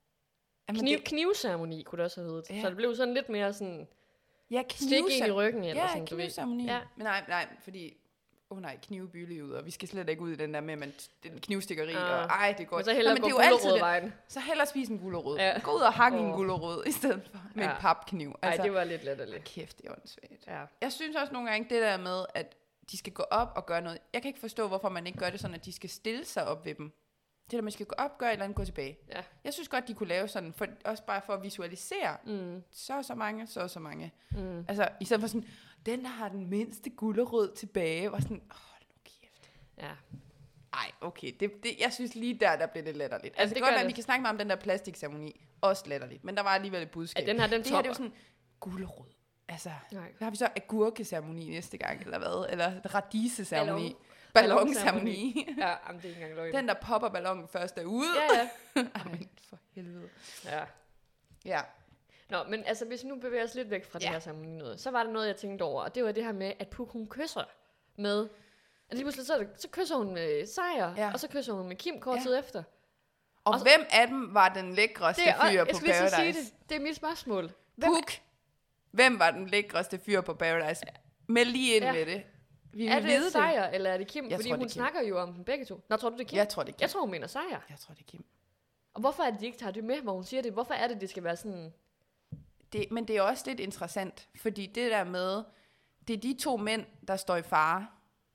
Knivceremoni kunne det også have heddet. Ja. Så det blev sådan lidt mere sådan... Ja, stik ind i ryggen, eller sådan, du ved. Ja. Men nej, fordi... knivbylivet, og vi skal slet ikke ud i den der med, man knivstikkeri, og det går... Men så hellere gå gulerodvejen. Så hellere spise en gulerod. Ja. Gå ud og hakke en gulerod, i stedet for med en papkniv. Altså, det var lidt letterligt. Kæft, det er åndssvagt. Ja. Jeg synes også nogle gange, det der med, at de skal gå op og gøre noget. Jeg kan ikke forstå, hvorfor man ikke gør det sådan, at de skal stille sig op ved dem. Det der, man skal gå op, gøre et eller andet, gå tilbage. Ja. Jeg synes godt, de kunne lave sådan, også bare for at visualisere. Så mange. Altså, i stedet for sådan, den, der har den mindste gulerod tilbage, var sådan, hold nu kæft. Ja. Ej, okay. Jeg synes lige der blev det latterligt. Altså, det kan godt være, at vi kan snakke meget om den der plastikceremoni. Også latterligt. Men der var alligevel et budskab. Ja, det her, det er jo sådan, gulerod. Altså, har vi så agurkeceremoni næste gang, eller hvad? Eller radiseceremoni. Ballonceremoni. Ja, det er ikke engang løgn. Den, der popper ballonen først er ude. Ja. Amen, for helvede. Ja. Nå, men altså, hvis vi nu bevæger os lidt væk fra det her ceremoni noget, så var der noget, jeg tænkte over, og det var det her med, at Puk, hun kysser med... Altså lige pludselig, så kysser hun med Sejr, og så kysser hun med Kim kort tid efter. Og hvem af dem var den lækreste fyr på Paradise? Det er mit spørgsmål. Puk. Hvem var den lækreste fyr på Paradise? Meld lige ind med det. Er det Sejr, eller er det Kim? Fordi hun snakker jo om dem begge to. Nå, tror du, det er Kim? Jeg tror, det er Kim. Jeg tror, hun mener Sejr. Jeg tror, det er Kim. Og hvorfor er det, de ikke tager det med, hvor hun siger det? Hvorfor er det skal være sådan... Men det er også lidt interessant, fordi det der med, det er de to mænd, der står i fare.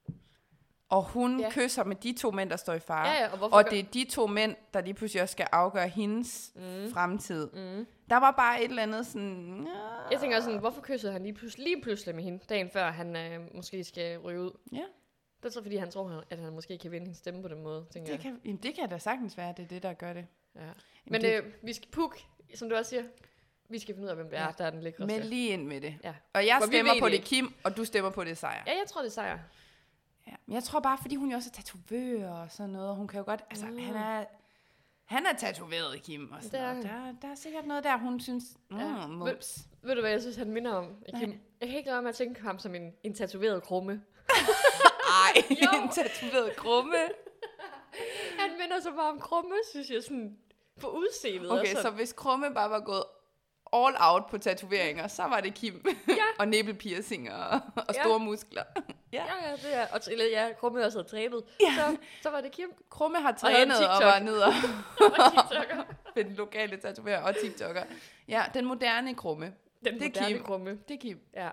Og hun kysser med de to mænd, der står i fare. Og det er de to mænd, der lige pludselig også skal afgøre hendes fremtid. Der var bare et eller andet sådan... Jeg tænker også sådan, hvorfor kyssede han lige pludselig med hende, dagen før han måske skal ryge ud? Ja. Det er så, fordi han tror, at han måske kan vinde hendes stemme på den måde, tænker jeg. Det kan da sagtens være, det er det, der gør det. Ja. Men vi skal Puk, som du også siger, vi skal finde ud af, hvem det er, der er den lækreste. Men lige ind med det. Ja. Og jeg stemmer på det Kim, og du stemmer på det Sejr. Ja, jeg tror, det er Sejr. Ja. Men jeg tror bare, fordi hun jo også er tatovør og sådan noget, hun kan jo godt, altså han er tatoveret, Kim, og sådan noget. Der er sikkert noget der, hun synes, ved du, hvad jeg synes, han minder om, Kim? Jeg kan ikke lade være med at tænke ham som en tatoveret krumme. Ej, en tatoveret krumme. Han minder så bare om krumme, synes jeg, sådan på udseendet. Okay, så hvis krumme bare var gået all out på tatoveringer, så var det Kim. Og næblepiercinger og store muskler. Ja, det er. Og Krumme også havde trænet. Så var det Kim. Krumme har trænet og var nede og TikToker. Den lokale tatoverer og TikToker. Ja, den moderne Krumme. Krumme. Det er Kim. Ja.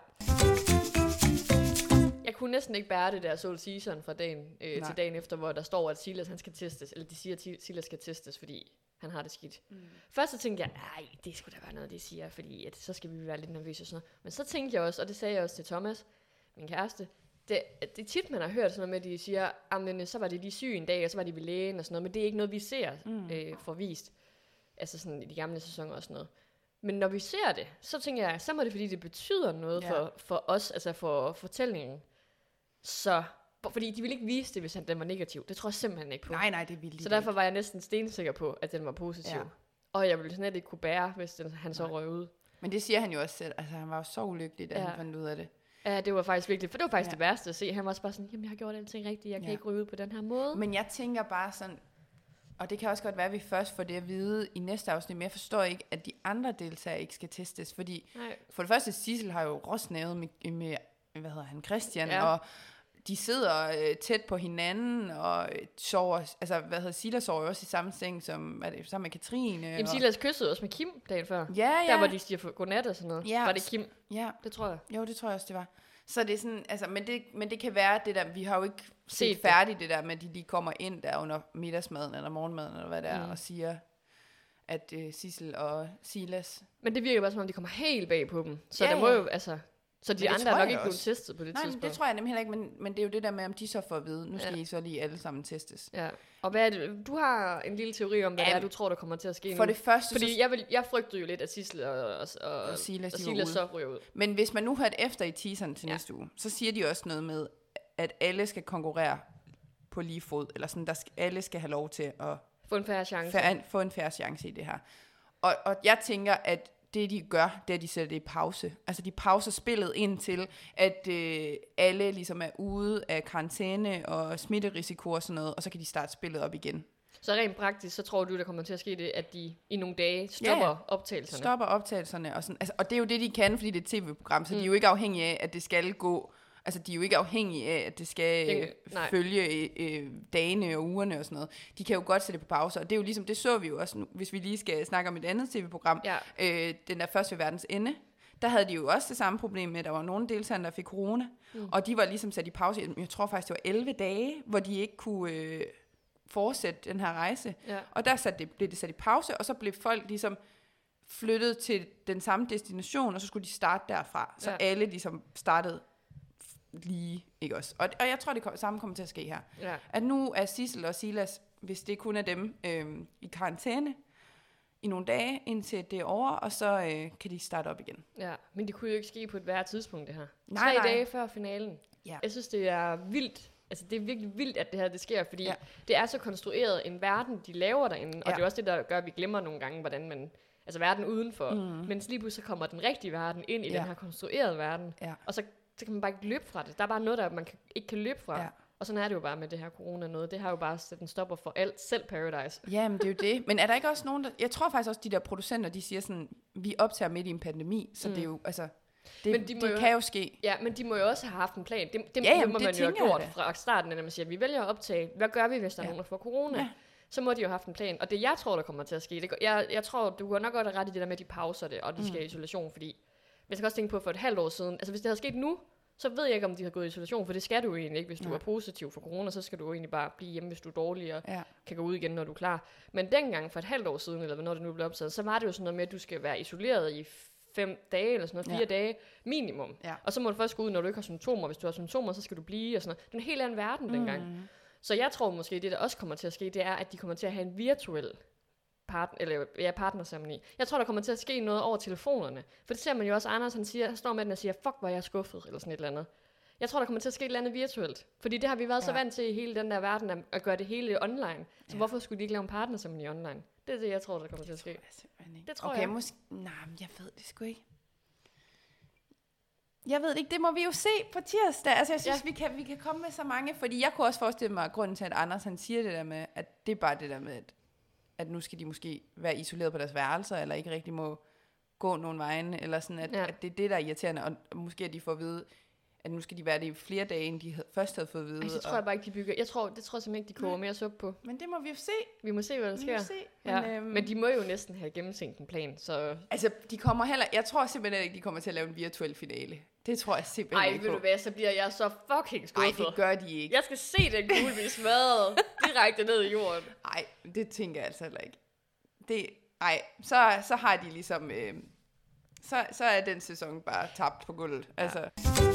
Jeg kunne næsten ikke bære det der Soul Season fra dagen til dagen efter, hvor der står, at Silas han skal testes. Eller de siger, at Silas skal testes, fordi han har det skidt. Først så tænkte jeg, det skulle da være noget, de siger, fordi så skal vi være lidt nervøse og sådan noget. Men så tænkte jeg også, og det sagde jeg også til Thomas, min kæreste, det er tit, man har hørt sådan noget med, at de siger, så var de lige syge en dag, og så var de ved lægen og sådan noget, men det er ikke noget, vi ser forvist. Altså sådan i de gamle sæsoner og sådan noget. Men når vi ser det, så tænker jeg, så må det, fordi det betyder noget for os, altså for fortællingen. Fordi de ville ikke vise det, hvis den var negativ. Det tror jeg simpelthen ikke på. Nej, det ville de. Så derfor var jeg næsten stensikker på, at den var positiv. Ja. Og jeg ville slet ikke kunne bære, hvis han så røg ud. Men det siger han jo også selv. Altså, han var jo så ulykkelig, da han fandt ud af det. Ja, det var faktisk virkelig. For det var faktisk det værste at se. Han var også bare sådan, jamen jeg har gjort alting rigtigt. Jeg kan ikke ryge ud på den her måde. Men jeg tænker bare sådan, og det kan også godt være, at vi først får det at vide i næste afsnit, men jeg forstår ikke, at de andre deltagere ikke skal testes. Fordi for det første, Sissel har jo råsnavet med hvad hedder han, Christian, og de sidder tæt på hinanden og sover, altså Silas sover jo også i samme seng som sammen med Katrine. Jamen Silas kyssede også med Kim dagen før. Der hvor de siger godnat og sådan noget. Var det Kim? Ja. Det tror jeg. Jo, det tror jeg også det var. Så det er sådan, altså, men det kan være det der, vi har jo ikke set færdigt det der med, at de lige kommer ind der under middagsmaden eller morgenmaden eller hvad det er, og siger, at Sissel og Silas. Men det virker bare som om, de kommer helt bag på dem. Så det må jo, altså, Så de andre er nok ikke blevet testet på det tidspunkt? Nej, det tror jeg nemlig heller ikke, men det er jo det der med, om de så får at vide, nu skal I så lige alle sammen testes. Ja. Og hvad er det? Du har en lille teori om, hvad det er, du tror, der kommer til at ske nu. For det første... Fordi jeg frygtede jo lidt, at Sissel og Silas så ryger ud. Men hvis man nu hørte efter i teaseren til næste uge, så siger de også noget med, at alle skal konkurrere på lige fod, eller sådan, alle skal have lov til at... Få en færre chance. Få en færre chance i det her. Og jeg tænker, at det de gør, det er, at de sætter det i pause. Altså de pauser spillet indtil, at alle ligesom er ude af karantæne og smitterisiko og sådan noget, og så kan de starte spillet op igen. Så rent praktisk, så tror du, der kommer til at ske det, at de i nogle dage stopper optagelserne? Stopper optagelserne. Og, sådan, altså, og det er jo det, de kan, fordi det er et tv-program, så de er jo ikke afhængige af, at det skal gå... Altså, de er jo ikke afhængige af, at det skal følge dagene og ugerne og sådan noget. De kan jo godt sætte det på pause, og det er jo ligesom, det så vi jo også nu, hvis vi lige skal snakke om et andet tv-program, den der Først ved verdens ende. Der havde de jo også det samme problem med, at der var nogle deltagere, der fik corona, og de var ligesom sat i pause, jeg tror faktisk, det var 11 dage, hvor de ikke kunne fortsætte den her rejse. Ja. Og der blev det sat i pause, og så blev folk ligesom flyttet til den samme destination, og så skulle de starte derfra. Så alle ligesom startede lige, ikke også? Og jeg tror, det samme kommer til at ske her. Ja. At nu er Sissel og Silas, hvis det kun er dem, i karantæne i nogle dage, indtil det er over, og så kan de starte op igen. Ja, men det kunne jo ikke ske på et hvert tidspunkt, det her. 3 dage før finalen. Ja. Jeg synes, det er vildt. Altså, det er virkelig vildt, at det her det sker, fordi det er så konstrueret en verden, de laver derinde, og det er også det, der gør, at vi glemmer nogle gange, hvordan man... Altså verden udenfor. Men lige pludselig kommer den rigtige verden ind i den her konstruerede verden, og så kan man bare ikke løbe fra det. Der er bare noget, der man ikke kan løbe fra. Ja. Og sådan er det jo bare med det her corona noget. Det har jo bare sat en stopper for alt, selv Paradise. Jamen, det er jo det. Men er der ikke også nogen, der... Jeg tror faktisk også, de der producenter, de siger sådan, vi optager midt i en pandemi, så det er jo, altså... Det kan jo ske. Ja, men de må jo også have haft en plan. Det må man jo have gjort fra starten, når man siger, vi vælger at optage. Hvad gør vi, hvis der er nogen, der får corona? Ja. Så må de jo have haft en plan. Og det, jeg tror, der kommer til at ske, jeg tror, du kan nok godt have ret i det der med, at de pauser det, og de skal i isolation, fordi... Jeg skal også tænke på, for et halvt år siden, altså hvis det havde sket nu, så ved jeg ikke, om de har gået i isolation, for det skal du jo egentlig ikke. Hvis du er positiv for corona, så skal du jo egentlig bare blive hjemme, hvis du er dårlig, og kan gå ud igen, når du er klar. Men dengang, for et halvt år siden, eller når det nu blev optaget, så var det jo sådan noget med, at du skal være isoleret i 5 dage, eller sådan noget, 4 dage minimum. Ja. Og så må du først gå ud, når du ikke har symptomer. Hvis du har symptomer, så skal du blive, og sådan noget. Det er en helt anden verden dengang. Så jeg tror måske, det der også kommer til at ske, det er, at de kommer til at have en virtuel partnerceremoni. Jeg tror, der kommer til at ske noget over telefonerne. For det ser man jo også, Anders han står med den og siger, fuck, hvor jeg er skuffet, eller sådan et eller andet. Jeg tror, der kommer til at ske et eller andet virtuelt. Fordi det har vi været så vant til i hele den der verden, at gøre det hele online. Så hvorfor skulle de ikke lave en partnerceremoni online? Det er det, jeg tror, der kommer til at ske. Det tror jeg. Nej, jeg ved det sgu ikke. Jeg ved ikke, det må vi jo se på tirsdag. Altså, jeg synes, vi kan komme med så mange. Fordi jeg kunne også forestille mig, at grunden til, at Anders han siger det der med, at det er bare det der med, at nu skal de måske være isoleret på deres værelser, eller ikke rigtig må gå nogen vejen, eller sådan, at det er det, der er irriterende, og måske at de får at vide, at nu skal de være det i flere dage, end de først havde fået at vide. Altså, det tror jeg bare ikke, de bygger. Det tror jeg simpelthen ikke, de koger mere suppe på. Men det må vi jo se. Vi må se, hvad der sker. Men de må jo næsten have gennemtænkt en plan, så... Altså, jeg tror simpelthen ikke, de kommer til at lave en virtuel finale. Det tror jeg simpelthen ikke på. Ej, ved du hvad, så bliver jeg så fucking skuffet. Nej, det gør de ikke. Jeg skal se den kugle blive smadret direkte ned i jorden. Nej, det tænker jeg altså heller ikke. Så har de ligesom... Så er den sæson bare tabt på gulvet. Ja. Altså.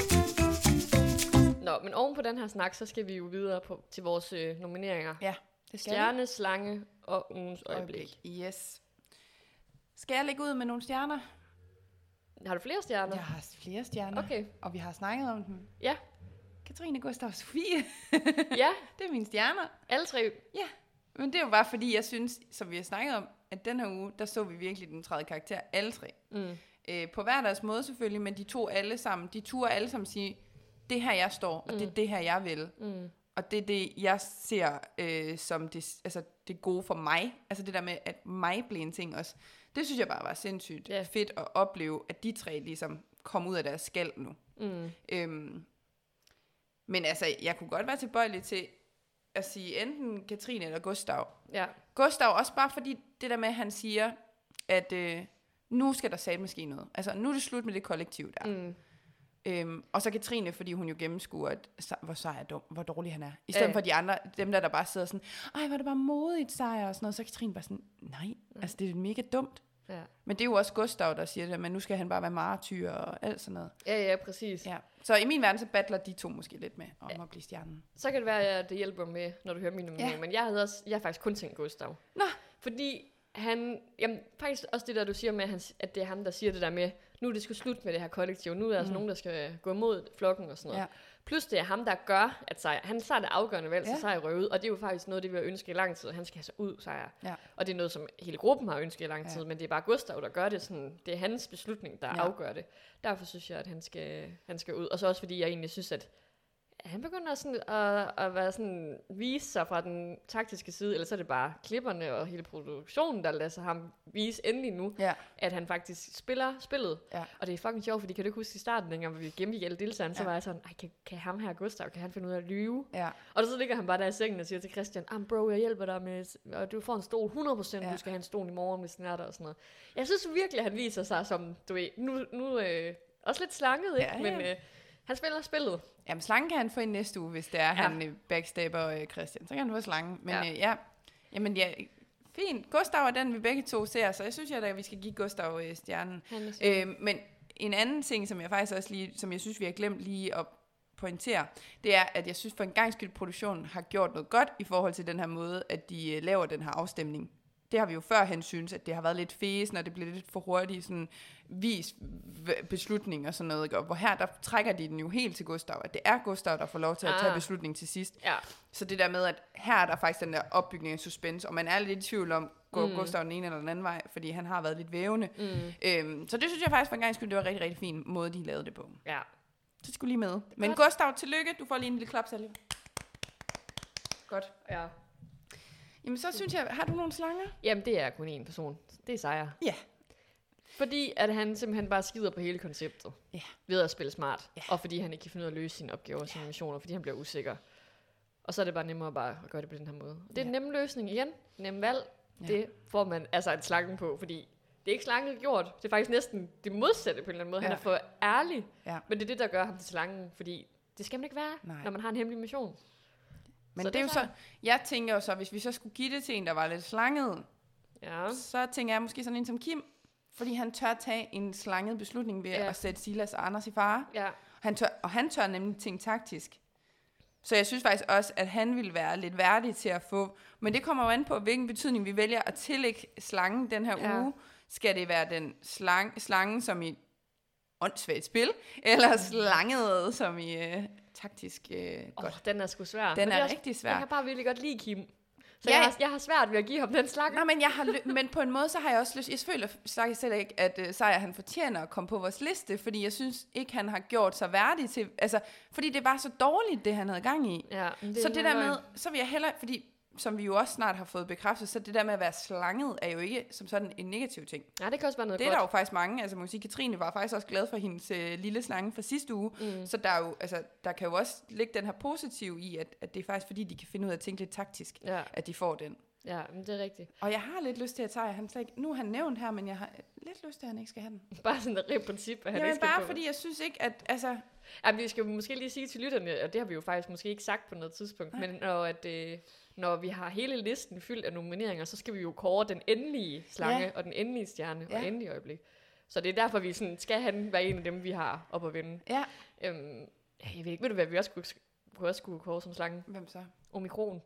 Nå, men oven på den her snak, så skal vi jo videre til vores nomineringer. Ja, det skal Stjerne, slange og ugens øjeblik. Yes. Skal jeg lægge ud med nogle stjerner? Har du flere stjerner? Jeg har flere stjerner. Okay. Og vi har snakket om dem. Ja. Katrine, Gustav og Sofie. Ja. Det er mine stjerner. Alle 3. Ja. Men det er jo bare fordi, jeg synes, som vi har snakket om, at den her uge, der så vi virkelig den tredje karakter, alle 3. På hver deres måde selvfølgelig, men de turde alle sammen sige, det her jeg står, og det er det her jeg vil. Og det er det, jeg ser som det gode for mig. Altså det der med, at mig blev en ting også. Det synes jeg bare var sindssygt fedt at opleve, at de 3 ligesom kom ud af deres skal nu. Men altså, jeg kunne godt være tilbøjelig til at sige enten Katrine eller Gustav. Ja. Gustav også bare fordi det der med, at han siger, at nu skal der satme ske noget. Altså, nu er det slut med det kollektiv der. Og så Katrine, fordi hun jo gennemskuer, hvor dårlig han er. I stedet for de andre, dem der bare sidder sådan, ej, var det bare modigt sejr og sådan noget. Så Katrine bare sådan, nej, altså det er mega dumt. Ja. Men det er jo også Gustav, der siger det, men nu skal han bare være martyr og alt sådan noget. Ja, præcis. Ja. Så i min verden, så battler de to måske lidt med om at blive stjernen. Så kan det være, at det hjælper med, når du hører min nominering. Men jeg har faktisk kun tænkt Gustav. Nå. Fordi faktisk også det der, du siger med, at det er ham, der siger det der med, nu er det sgu slut med det her kollektiv. Nu er der altså nogen, der skal gå imod flokken og sådan noget. Ja. Plus det er ham, der gør, at han tager det afgørende valg, så Sejr røg ud. Og det er jo faktisk noget, det vi har ønsket i lang tid. Han skal have sig ud, Sejr. Ja. Og det er noget, som hele gruppen har ønsket i lang tid. Men det er bare Gustav, der gør det sådan. Det er hans beslutning, der afgør det. Derfor synes jeg, at han skal ud. Og så også fordi jeg egentlig synes, at han begynder sådan at være sådan, vise sig fra den taktiske side, eller så er det bare klipperne og hele produktionen, der lader sig ham vise endelig nu, at han faktisk spiller spillet. Ja. Og det er fucking sjovt, fordi kan du ikke huske i starten, dengang vi gennemgik alle deltagerne, så var jeg sådan, kan ham her Gustav, kan han finde ud af at lyve? Ja. Og så ligger han bare der i sengen og siger til Christian, bro, jeg hjælper dig med, og du får en stol 100%, du skal have en stol i morgen, hvis den er der og sådan noget. Jeg synes virkelig, at han viser sig som, du ved, nu også lidt slanget, ikke? Ja. Men han spiller spillet. Jamen, slangen kan han få i næste uge, hvis det er, han backstabber Christian. Så kan han få slangen. Men jamen fint. Gustav er den, vi begge to ser, så jeg synes, at vi skal give Gustav stjernen. Men en anden ting, som jeg faktisk også lige, som jeg synes, vi har glemt lige at pointere, det er, at jeg synes, for en gang skyld, produktionen har gjort noget godt i forhold til den her måde, at de laver den her afstemning. Det har vi jo førhen synes, at det har været lidt fæsen, og det bliver lidt for hurtigt sådan vis beslutning og sådan noget. Og hvor her, der trækker de den jo helt til Gustav, at det er Gustav, der får lov til at tage beslutningen til sidst. Ja. Så det der med, at her er der faktisk den der opbygning af suspense, og man er lidt i tvivl om, går Gustav den ene eller den anden vej, fordi han har været lidt vævende. Så det synes jeg faktisk for en gang skyld, det var rigtig, rigtig fin måde, de lavede det på. Ja. Så skulle lige med. Men Gustav, tillykke, du får lige en lille klapsalve. Godt. Ja. Jamen, så synes jeg, har du nogle slanger? Jamen, det er kun én person. Det er Sejr. Ja. Fordi at han simpelthen bare skider på hele konceptet. Ja. Ved at spille smart. Ja. Og fordi han ikke kan finde ud af at løse sine opgaver og sine missioner, fordi han bliver usikker. Og så er det bare nemmere bare at gøre det på den her måde. Det er en nem løsning igen. Nem valg. Ja. Det får man altså en slange på, fordi det er ikke slangen gjort. Det er faktisk næsten det modsatte på en eller anden måde. Ja. Han er for ærlig. Ja. Men det er det, der gør ham til slangen. Fordi det skal man ikke være, når man har en hemmelig mission. Men så det er jo så, jeg tænker jo så, hvis vi så skulle give det til en, der var lidt slanget, så tænker jeg måske sådan en som Kim, fordi han tør tage en slanget beslutning ved at sætte Silas og Anders i fare. Ja. Han tør nemlig ting taktisk. Så jeg synes faktisk også, at han ville være lidt værdig til at få, men det kommer jo an på, hvilken betydning vi vælger at tillægge slangen den her uge. Skal det være den slange som i åndssvagt spil, eller slanget som i taktisk godt. Den er sgu svær. Den er rigtig svær. Jeg kan bare virkelig godt lide Kim. Så jeg har svært ved at give ham den slange. Nej, men på en måde, så har jeg også lyst. Jeg føler selv ikke, at Sejr han fortjener at komme på vores liste, fordi jeg synes ikke, han har gjort sig værdig til, altså, fordi det var så dårligt, det han havde gang i. Ja, så det der med, så vil jeg hellere, fordi som vi jo også snart har fået bekræftet, så det der med at være slanget, er jo ikke som sådan en negativ ting. Ja, det kan også være noget godt. Det er der jo faktisk mange, altså man kan sige, Katrine var faktisk også glad for hendes lille slange fra sidste uge, så der er jo, altså, der kan jo også ligge den her positiv i, at det er faktisk fordi, de kan finde ud af at tænke lidt taktisk, at de får den. Ja, men det er rigtigt. Og jeg har lidt lyst til at tage, han slet ikke, nu har han nævnt her, men jeg har lidt lyst til, at han ikke skal have den. Bare sådan et princip, at han ikke skal bare på. Fordi jeg synes ikke, at, altså... Ja, vi skal måske lige sige til lytterne, og det har vi jo faktisk måske ikke sagt på noget tidspunkt, men når vi har hele listen fyldt af nomineringer, så skal vi jo kåre den endelige slange, og den endelige stjerne, og endelige øjeblik. Så det er derfor, vi sådan, skal han være en af dem, vi har op at vinde. Ja. Jeg ved ikke, ved du hvad, vi også skulle kåre som slange? Hvem så? Omikron.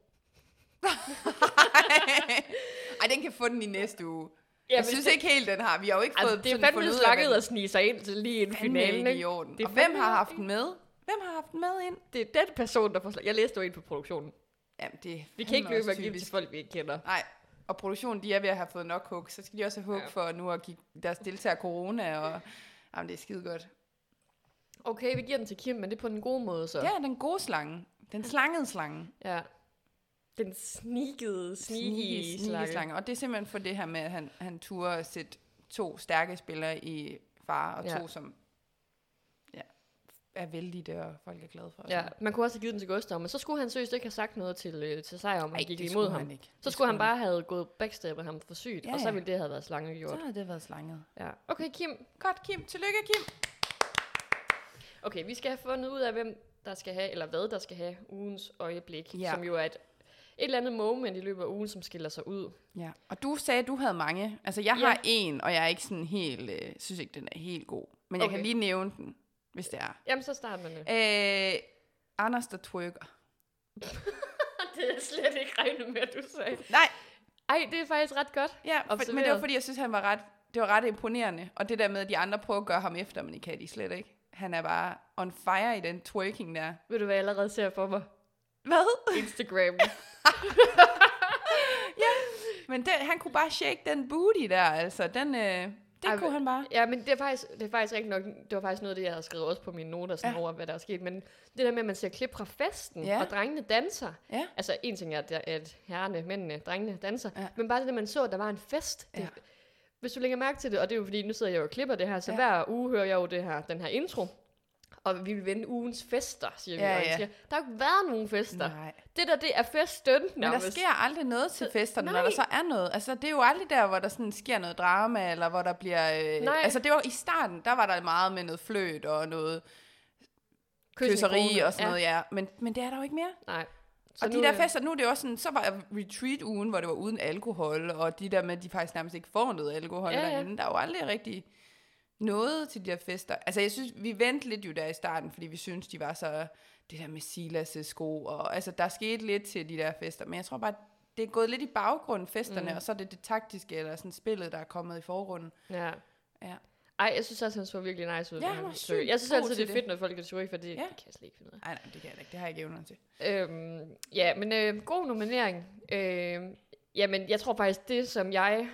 Ej, den kan få den i næste uge. Ja, jeg synes ikke helt, den har. Vi har jo ikke fået... Det er fandme slanget at snige sig ind til lige inden finalen. Ikke? Og hvem har haft den med? Hvem har haft den med ind? Det er den person, der får slag. Jeg læste jo ind på produktionen. Jamen, vi kan ikke løbe og give til folk, vi ikke kender. Nej, og produktionen, de er ved at have fået nok hug. Så skal de også have hug for nu at give deres deltager corona. Og jamen, det er skide godt. Okay, vi giver den til Kim, men det er på den gode måde så. Ja, den gode slange. Den slangede slange. Ja. Den sneaky slange. Og det er simpelthen for det her med, at han turde at sætte 2 stærke spillere i fare, og 2, som er vældige, og folk er glade for. Ja, man kunne også have givet den til Gustav, men så skulle han seriøst ikke have sagt noget til Sejr, om han gik imod ham. Så skulle han bare have gået backstabber ham for sygt, og så ville det have været slange gjort. Så havde det været slanget. Ja. Okay, Kim. Godt, Kim. Tillykke, Kim. Okay, vi skal have fundet ud af, hvem der skal have, eller hvad der skal have ugens øjeblik, som jo er eller andet moment i løbet af ugen, som skiller sig ud. Ja, og du sagde, at du havde mange. Altså, jeg har en, og jeg er ikke sådan helt, synes ikke, den er helt god. Men jeg kan lige nævne den, hvis det er. Jamen, så starter man det. Anders, der twerker. Det er slet ikke regnet med, at du sagde. Nej. Ej, det er faktisk ret godt. Ja, men det var fordi, jeg synes, han var ret imponerende. Og det der med, at de andre prøver at gøre ham efter, men det kan de slet ikke. Han er bare on fire i den twerking der. Ved du, hvad jeg allerede ser for mig? Hvad? Instagram. Ja, men han kunne bare shake den booty der, altså. Det kunne han bare. Ja, men det er faktisk ikke nok. Det var faktisk noget af det, jeg havde skrevet også på mine noter sådan over, hvad der er sket. Men det der med, at man ser klip fra festen, og drengene danser. Ja. Altså, en ting er, at herrerne, mændene, drengene danser. Ja. Men bare det, at man så, at der var en fest. Ja. Hvis du lægger mærke til det, og det er jo fordi, nu sidder jeg jo og klipper det her, så hver uge hører jeg jo den her intro. Og vi vil vende ugens fester, siger vi. Ja. Der har jo ikke været nogen fester. Nej. Det er feststønt. Men der sker aldrig noget til festerne, når der så er noget. Altså, det er jo aldrig der, hvor der sådan sker noget drama, eller hvor der bliver... altså, det var i starten, der var der meget med noget fløt og noget kysseri og sådan noget, Men det er der jo ikke mere. Nej. Så og de der fester, nu er det også sådan, så var retreat-ugen, hvor det var uden alkohol, og de der med, de faktisk nærmest ikke får noget alkohol derinde. Der er jo aldrig rigtig noget til de der fester. Altså, jeg synes, vi ventede lidt jo der i starten, fordi vi synes de var så, det der med Silas' sko, og altså, der skete lidt til de der fester, men jeg tror bare, det er gået lidt i baggrunden, festerne, og så er det taktiske, eller sådan spillet, der er kommet i forgrunden. Ja. Ej, jeg synes også, han så virkelig nice ud. Ja, jeg synes altid, det er fedt, når folk er twerk, for det kan jeg slet ikke finde ud af. Nej, det kan jeg ikke. Det har jeg ikke evner til. Men god nominering. Jamen, jeg tror faktisk, det som jeg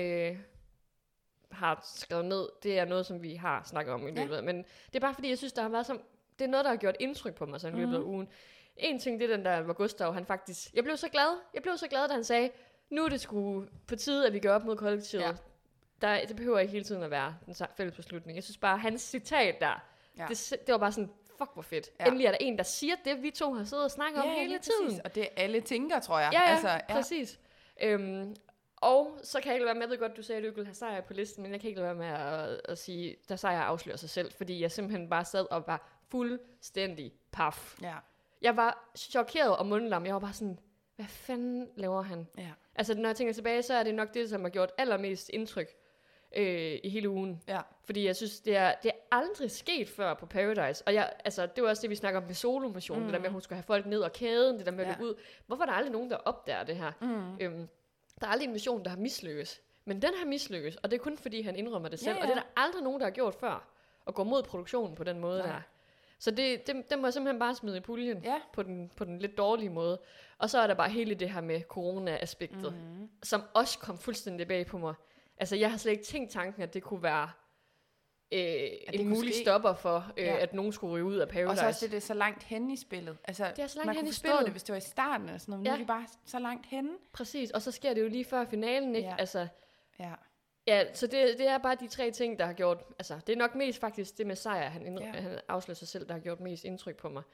har skrevet ned, det er noget, som vi har snakket om i løbet af. Men det er bare fordi, jeg synes, der har været det er noget, der har gjort indtryk på mig så i løbet af ugen. En ting, det er den der, hvor Gustav, han faktisk... Jeg blev så glad, da han sagde, nu er det sgu på tide, at vi går op mod kollektivet. Ja. Det behøver ikke hele tiden at være den fælles beslutning. Jeg synes bare, hans citat der, det var bare sådan, fuck hvor fedt. Ja. Endelig er der en, der siger det, vi to har siddet og snakket om hele tiden. Præcis. Og det er alle tænker, tror jeg. Ja, præcis. Og så kan jeg ikke lade være med, jeg ved godt, du sagde, at du ikke ville have sejr på listen, men jeg kan ikke lade være med at sige, der sejr afslører sig selv, fordi jeg simpelthen bare sad og var fuldstændig paf. Ja. Jeg var chokeret og mundlam. Jeg var bare sådan, hvad fanden laver han? Ja. Altså, når jeg tænker tilbage, så er det nok det, som har gjort allermest indtryk i hele ugen. Ja. Fordi jeg synes, det er aldrig sket før på Paradise. Og det var også det, vi snakker om med solomotion, det der med, at hun skulle have folk ned og kæden, det der med at løbe ud. Hvorfor er der aldrig nogen, der opdager det her? Der er aldrig en mission, der har mislykkes. Men den har mislykkes, og det er kun fordi, han indrømmer det selv. Og det er der aldrig nogen, der har gjort før. At gå mod produktionen på den måde der. Så det må jeg simpelthen bare smide i puljen på den lidt dårlige måde. Og så er der bare hele det her med corona-aspektet, som også kom fuldstændig bag på mig. Altså, jeg har slet ikke tænkt tanken, at det kunne være en mulig stopper for, at nogen skulle ryge ud af Paradise. Og så også det er så langt henne i spillet. Altså, det er så langt man henne kunne i forstå spillet. Det, hvis det var i starten eller sådan noget, men nu er de bare så langt henne. Præcis, og så sker det jo lige før finalen, ikke? Ja. Altså, så det er bare de tre ting, der har gjort, altså, det er nok mest faktisk det med sejr, han afslører sig selv, der har gjort mest indtryk på mig.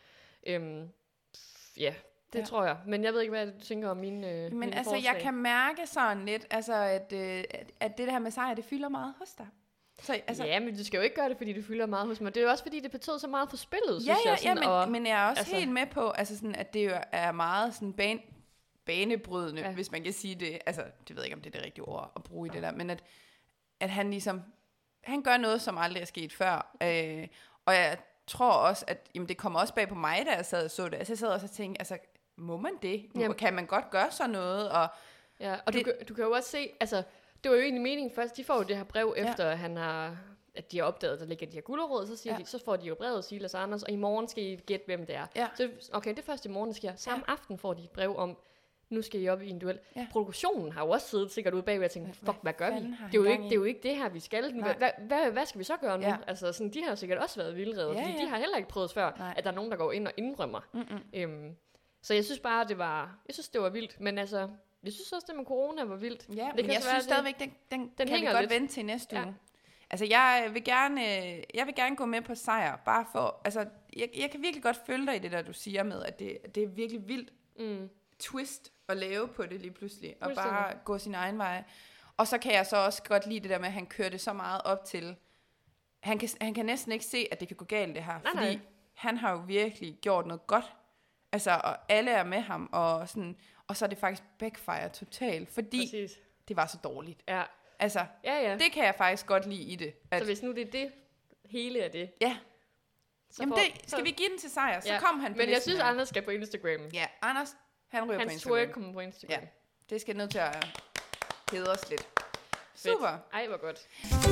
Det tror jeg. Men jeg ved ikke, hvad du tænker om mine Men altså, forslag. Jeg kan mærke sådan lidt, altså, at det der med sejr, det fylder meget hos dig. Så, altså, ja, men du skal jo ikke gøre det, fordi det fylder meget hos mig. Det er jo også, fordi det betød så meget for spillet, synes jeg. Sådan, men jeg er også helt med på, altså, sådan, at det jo er meget sådan banebrydende, hvis man kan sige det. Altså, det ved jeg ikke, om det er det rigtige ord at bruge i det der, men at han ligesom, han gør noget, som aldrig er sket før. Og jeg tror også, at det kommer også bag på mig, da jeg sad og så det. Altså, jeg sad også og tænkte, altså, må man det? Kan man godt gøre sådan noget? Og du kan jo også se, altså, det var jo egentlig meningen først, de får jo det her brev, efter at de har opdaget, at der ligger de her gulerod, så siger de, så får de jo brevet, Silas og Anders, og i morgen skal I gætte, hvem det er. Ja. Så okay, det er først i morgen, det sker. Samme aften får de et brev om, nu skal I op i en duel. Ja. Produktionen har jo også siddet sikkert ude bagved og tænkt, fuck, hvad gør vi? Det er jo ikke det her, vi skal. Hvad skal vi så gøre nu? Ja. Altså, sådan, de har sikkert også været vildrede, fordi de har heller ikke prøvet før, at der er nogen, der går ind og indrømmer. Så jeg synes bare, det var vildt. Men altså, jeg synes også, det med corona var vildt. Ja, men jeg synes stadigvæk, den kan vi godt vente til næste uge. Altså, jeg vil gerne gå med på sejr, bare for, altså, jeg kan virkelig godt følge dig i det der, du siger med, at det er virkelig vildt twist at lave på det lige pludselig, og bare gå sin egen vej. Og så kan jeg så også godt lide det der med, at han kører det så meget op til, han kan næsten ikke se, at det kan gå galt det her, fordi han har jo virkelig gjort noget godt. Altså, og alle er med ham, og sådan, Og så er det faktisk backfire totalt, fordi det var så dårligt. Ja. Altså, det kan jeg faktisk godt lide i det. At, så hvis nu det er det, hele er det. Ja. Jamen skal vi give den til sejr, så kom han på men jeg synes, Anders skal på Instagram. Ja, Anders, han ryger på Instagram. Hans kommer på Instagram. Ja, det skal nødt til at hedre os lidt. Super. Ej, hvor godt.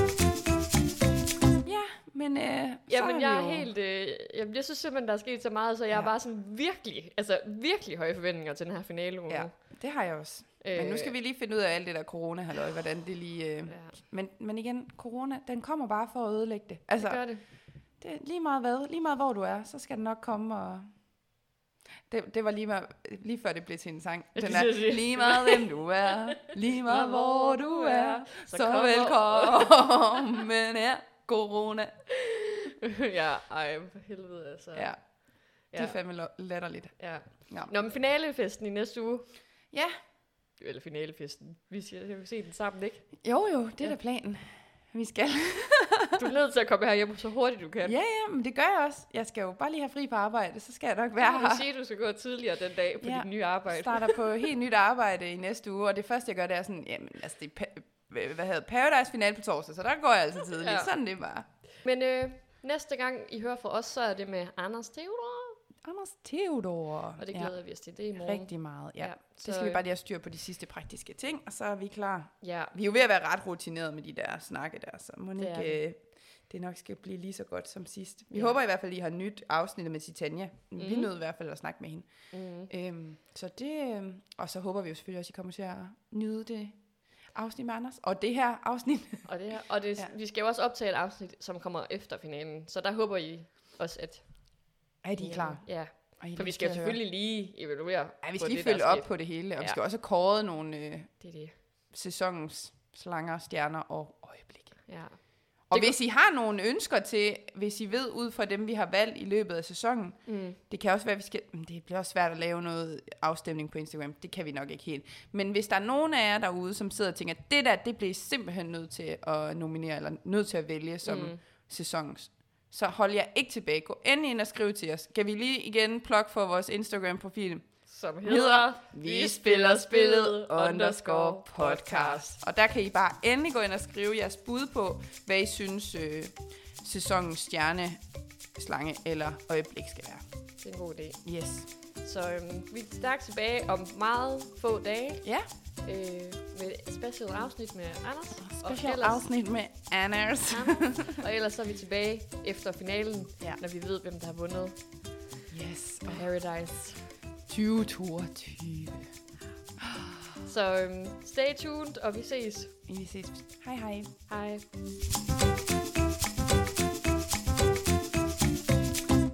Ja, men jamen, jeg er helt... jeg synes simpelthen, der er sket så meget, så jeg er bare sådan virkelig høje forventninger til den her finale uge. Ja, det har jeg også. Men nu skal vi lige finde ud af alt det der corona-halløj, hvordan det lige... Men igen, corona, den kommer bare for at ødelægge det. Altså, det gør det. Det er lige meget hvor du er, så skal den nok komme og... Det var lige før det blev til en sang. Den er, lige meget hvem du er, lige meget hvor du er, så velkommen her, corona. Ja, ej, for helvede altså. Ja, det er fandme latterligt. Ja. Nå, men finalefesten i næste uge. Ja. Eller finalefesten. Vi skal se den sammen, ikke? Jo, det er da planen. Vi skal. Du er nødt til at komme herhjem så hurtigt du kan. Ja, men det gør jeg også. Jeg skal jo bare lige have fri på arbejde, så skal jeg nok være her. Du siger, du skal gå tidligere den dag på dit nye arbejde. Jeg starter på helt nyt arbejde i næste uge, og det første jeg gør, det er sådan, jamen altså det er Paradise finale på torsdag, så der går jeg altid tidligt. Ja. Sådan det bare. Men næste gang I hører fra os, så er det med Anders Theodor. Og det glæder vi os til. Det er i morgen. Rigtig meget, ja. Det skal vi bare lige have styr på de sidste praktiske ting, og så er vi klar. Ja. Vi er jo ved at være ret rutineret med de der snakke der, så må ikke det nok skal blive lige så godt som sidst. Vi håber i hvert fald, at I har nyt afsnittet med Titania. Vi nød i hvert fald at snakke med hende. Så det, og så håber vi jo selvfølgelig også, at I kommer til at nyde det afsnit med Anders. Og det her afsnit. Vi skal jo også optage et afsnit, som kommer efter finalen. Så der håber I også, at... Er de klar? Ja. For vi skal jo selvfølgelig lige evaluere. Ja, vi skal lige følge op på det hele. Og vi skal også have kåret nogle sæsonens slanger, stjerner og øjeblik. Ja. Og hvis I har nogle ønsker til, hvis I ved ud fra dem, vi har valgt i løbet af sæsonen, det kan også være, det bliver også svært at lave noget afstemning på Instagram, det kan vi nok ikke helt. Men hvis der er nogen af jer derude, som sidder og tænker, det bliver I simpelthen nødt til at nominere, eller nødt til at vælge som sæsonens, så hold jer ikke tilbage. Gå endelig ind og skriv til os. Skal vi lige igen plukke for vores Instagram-profil? Som hedder Vi spiller spillet _podcast. Og der kan I bare endelig gå ind og skrive jeres bud på, hvad I synes sæsonens stjerne, slange eller øjeblik skal være. Det er en god idé. Yes. Så vi er stærkt tilbage om meget få dage. Ja. Med et special afsnit med Anders. Special afsnit med Anders. Og ellers så er vi tilbage efter finalen, når vi ved, hvem der har vundet. Yes. Paradise 2022. Så stay tuned, og vi ses. Vi ses. Hej hej. Hej.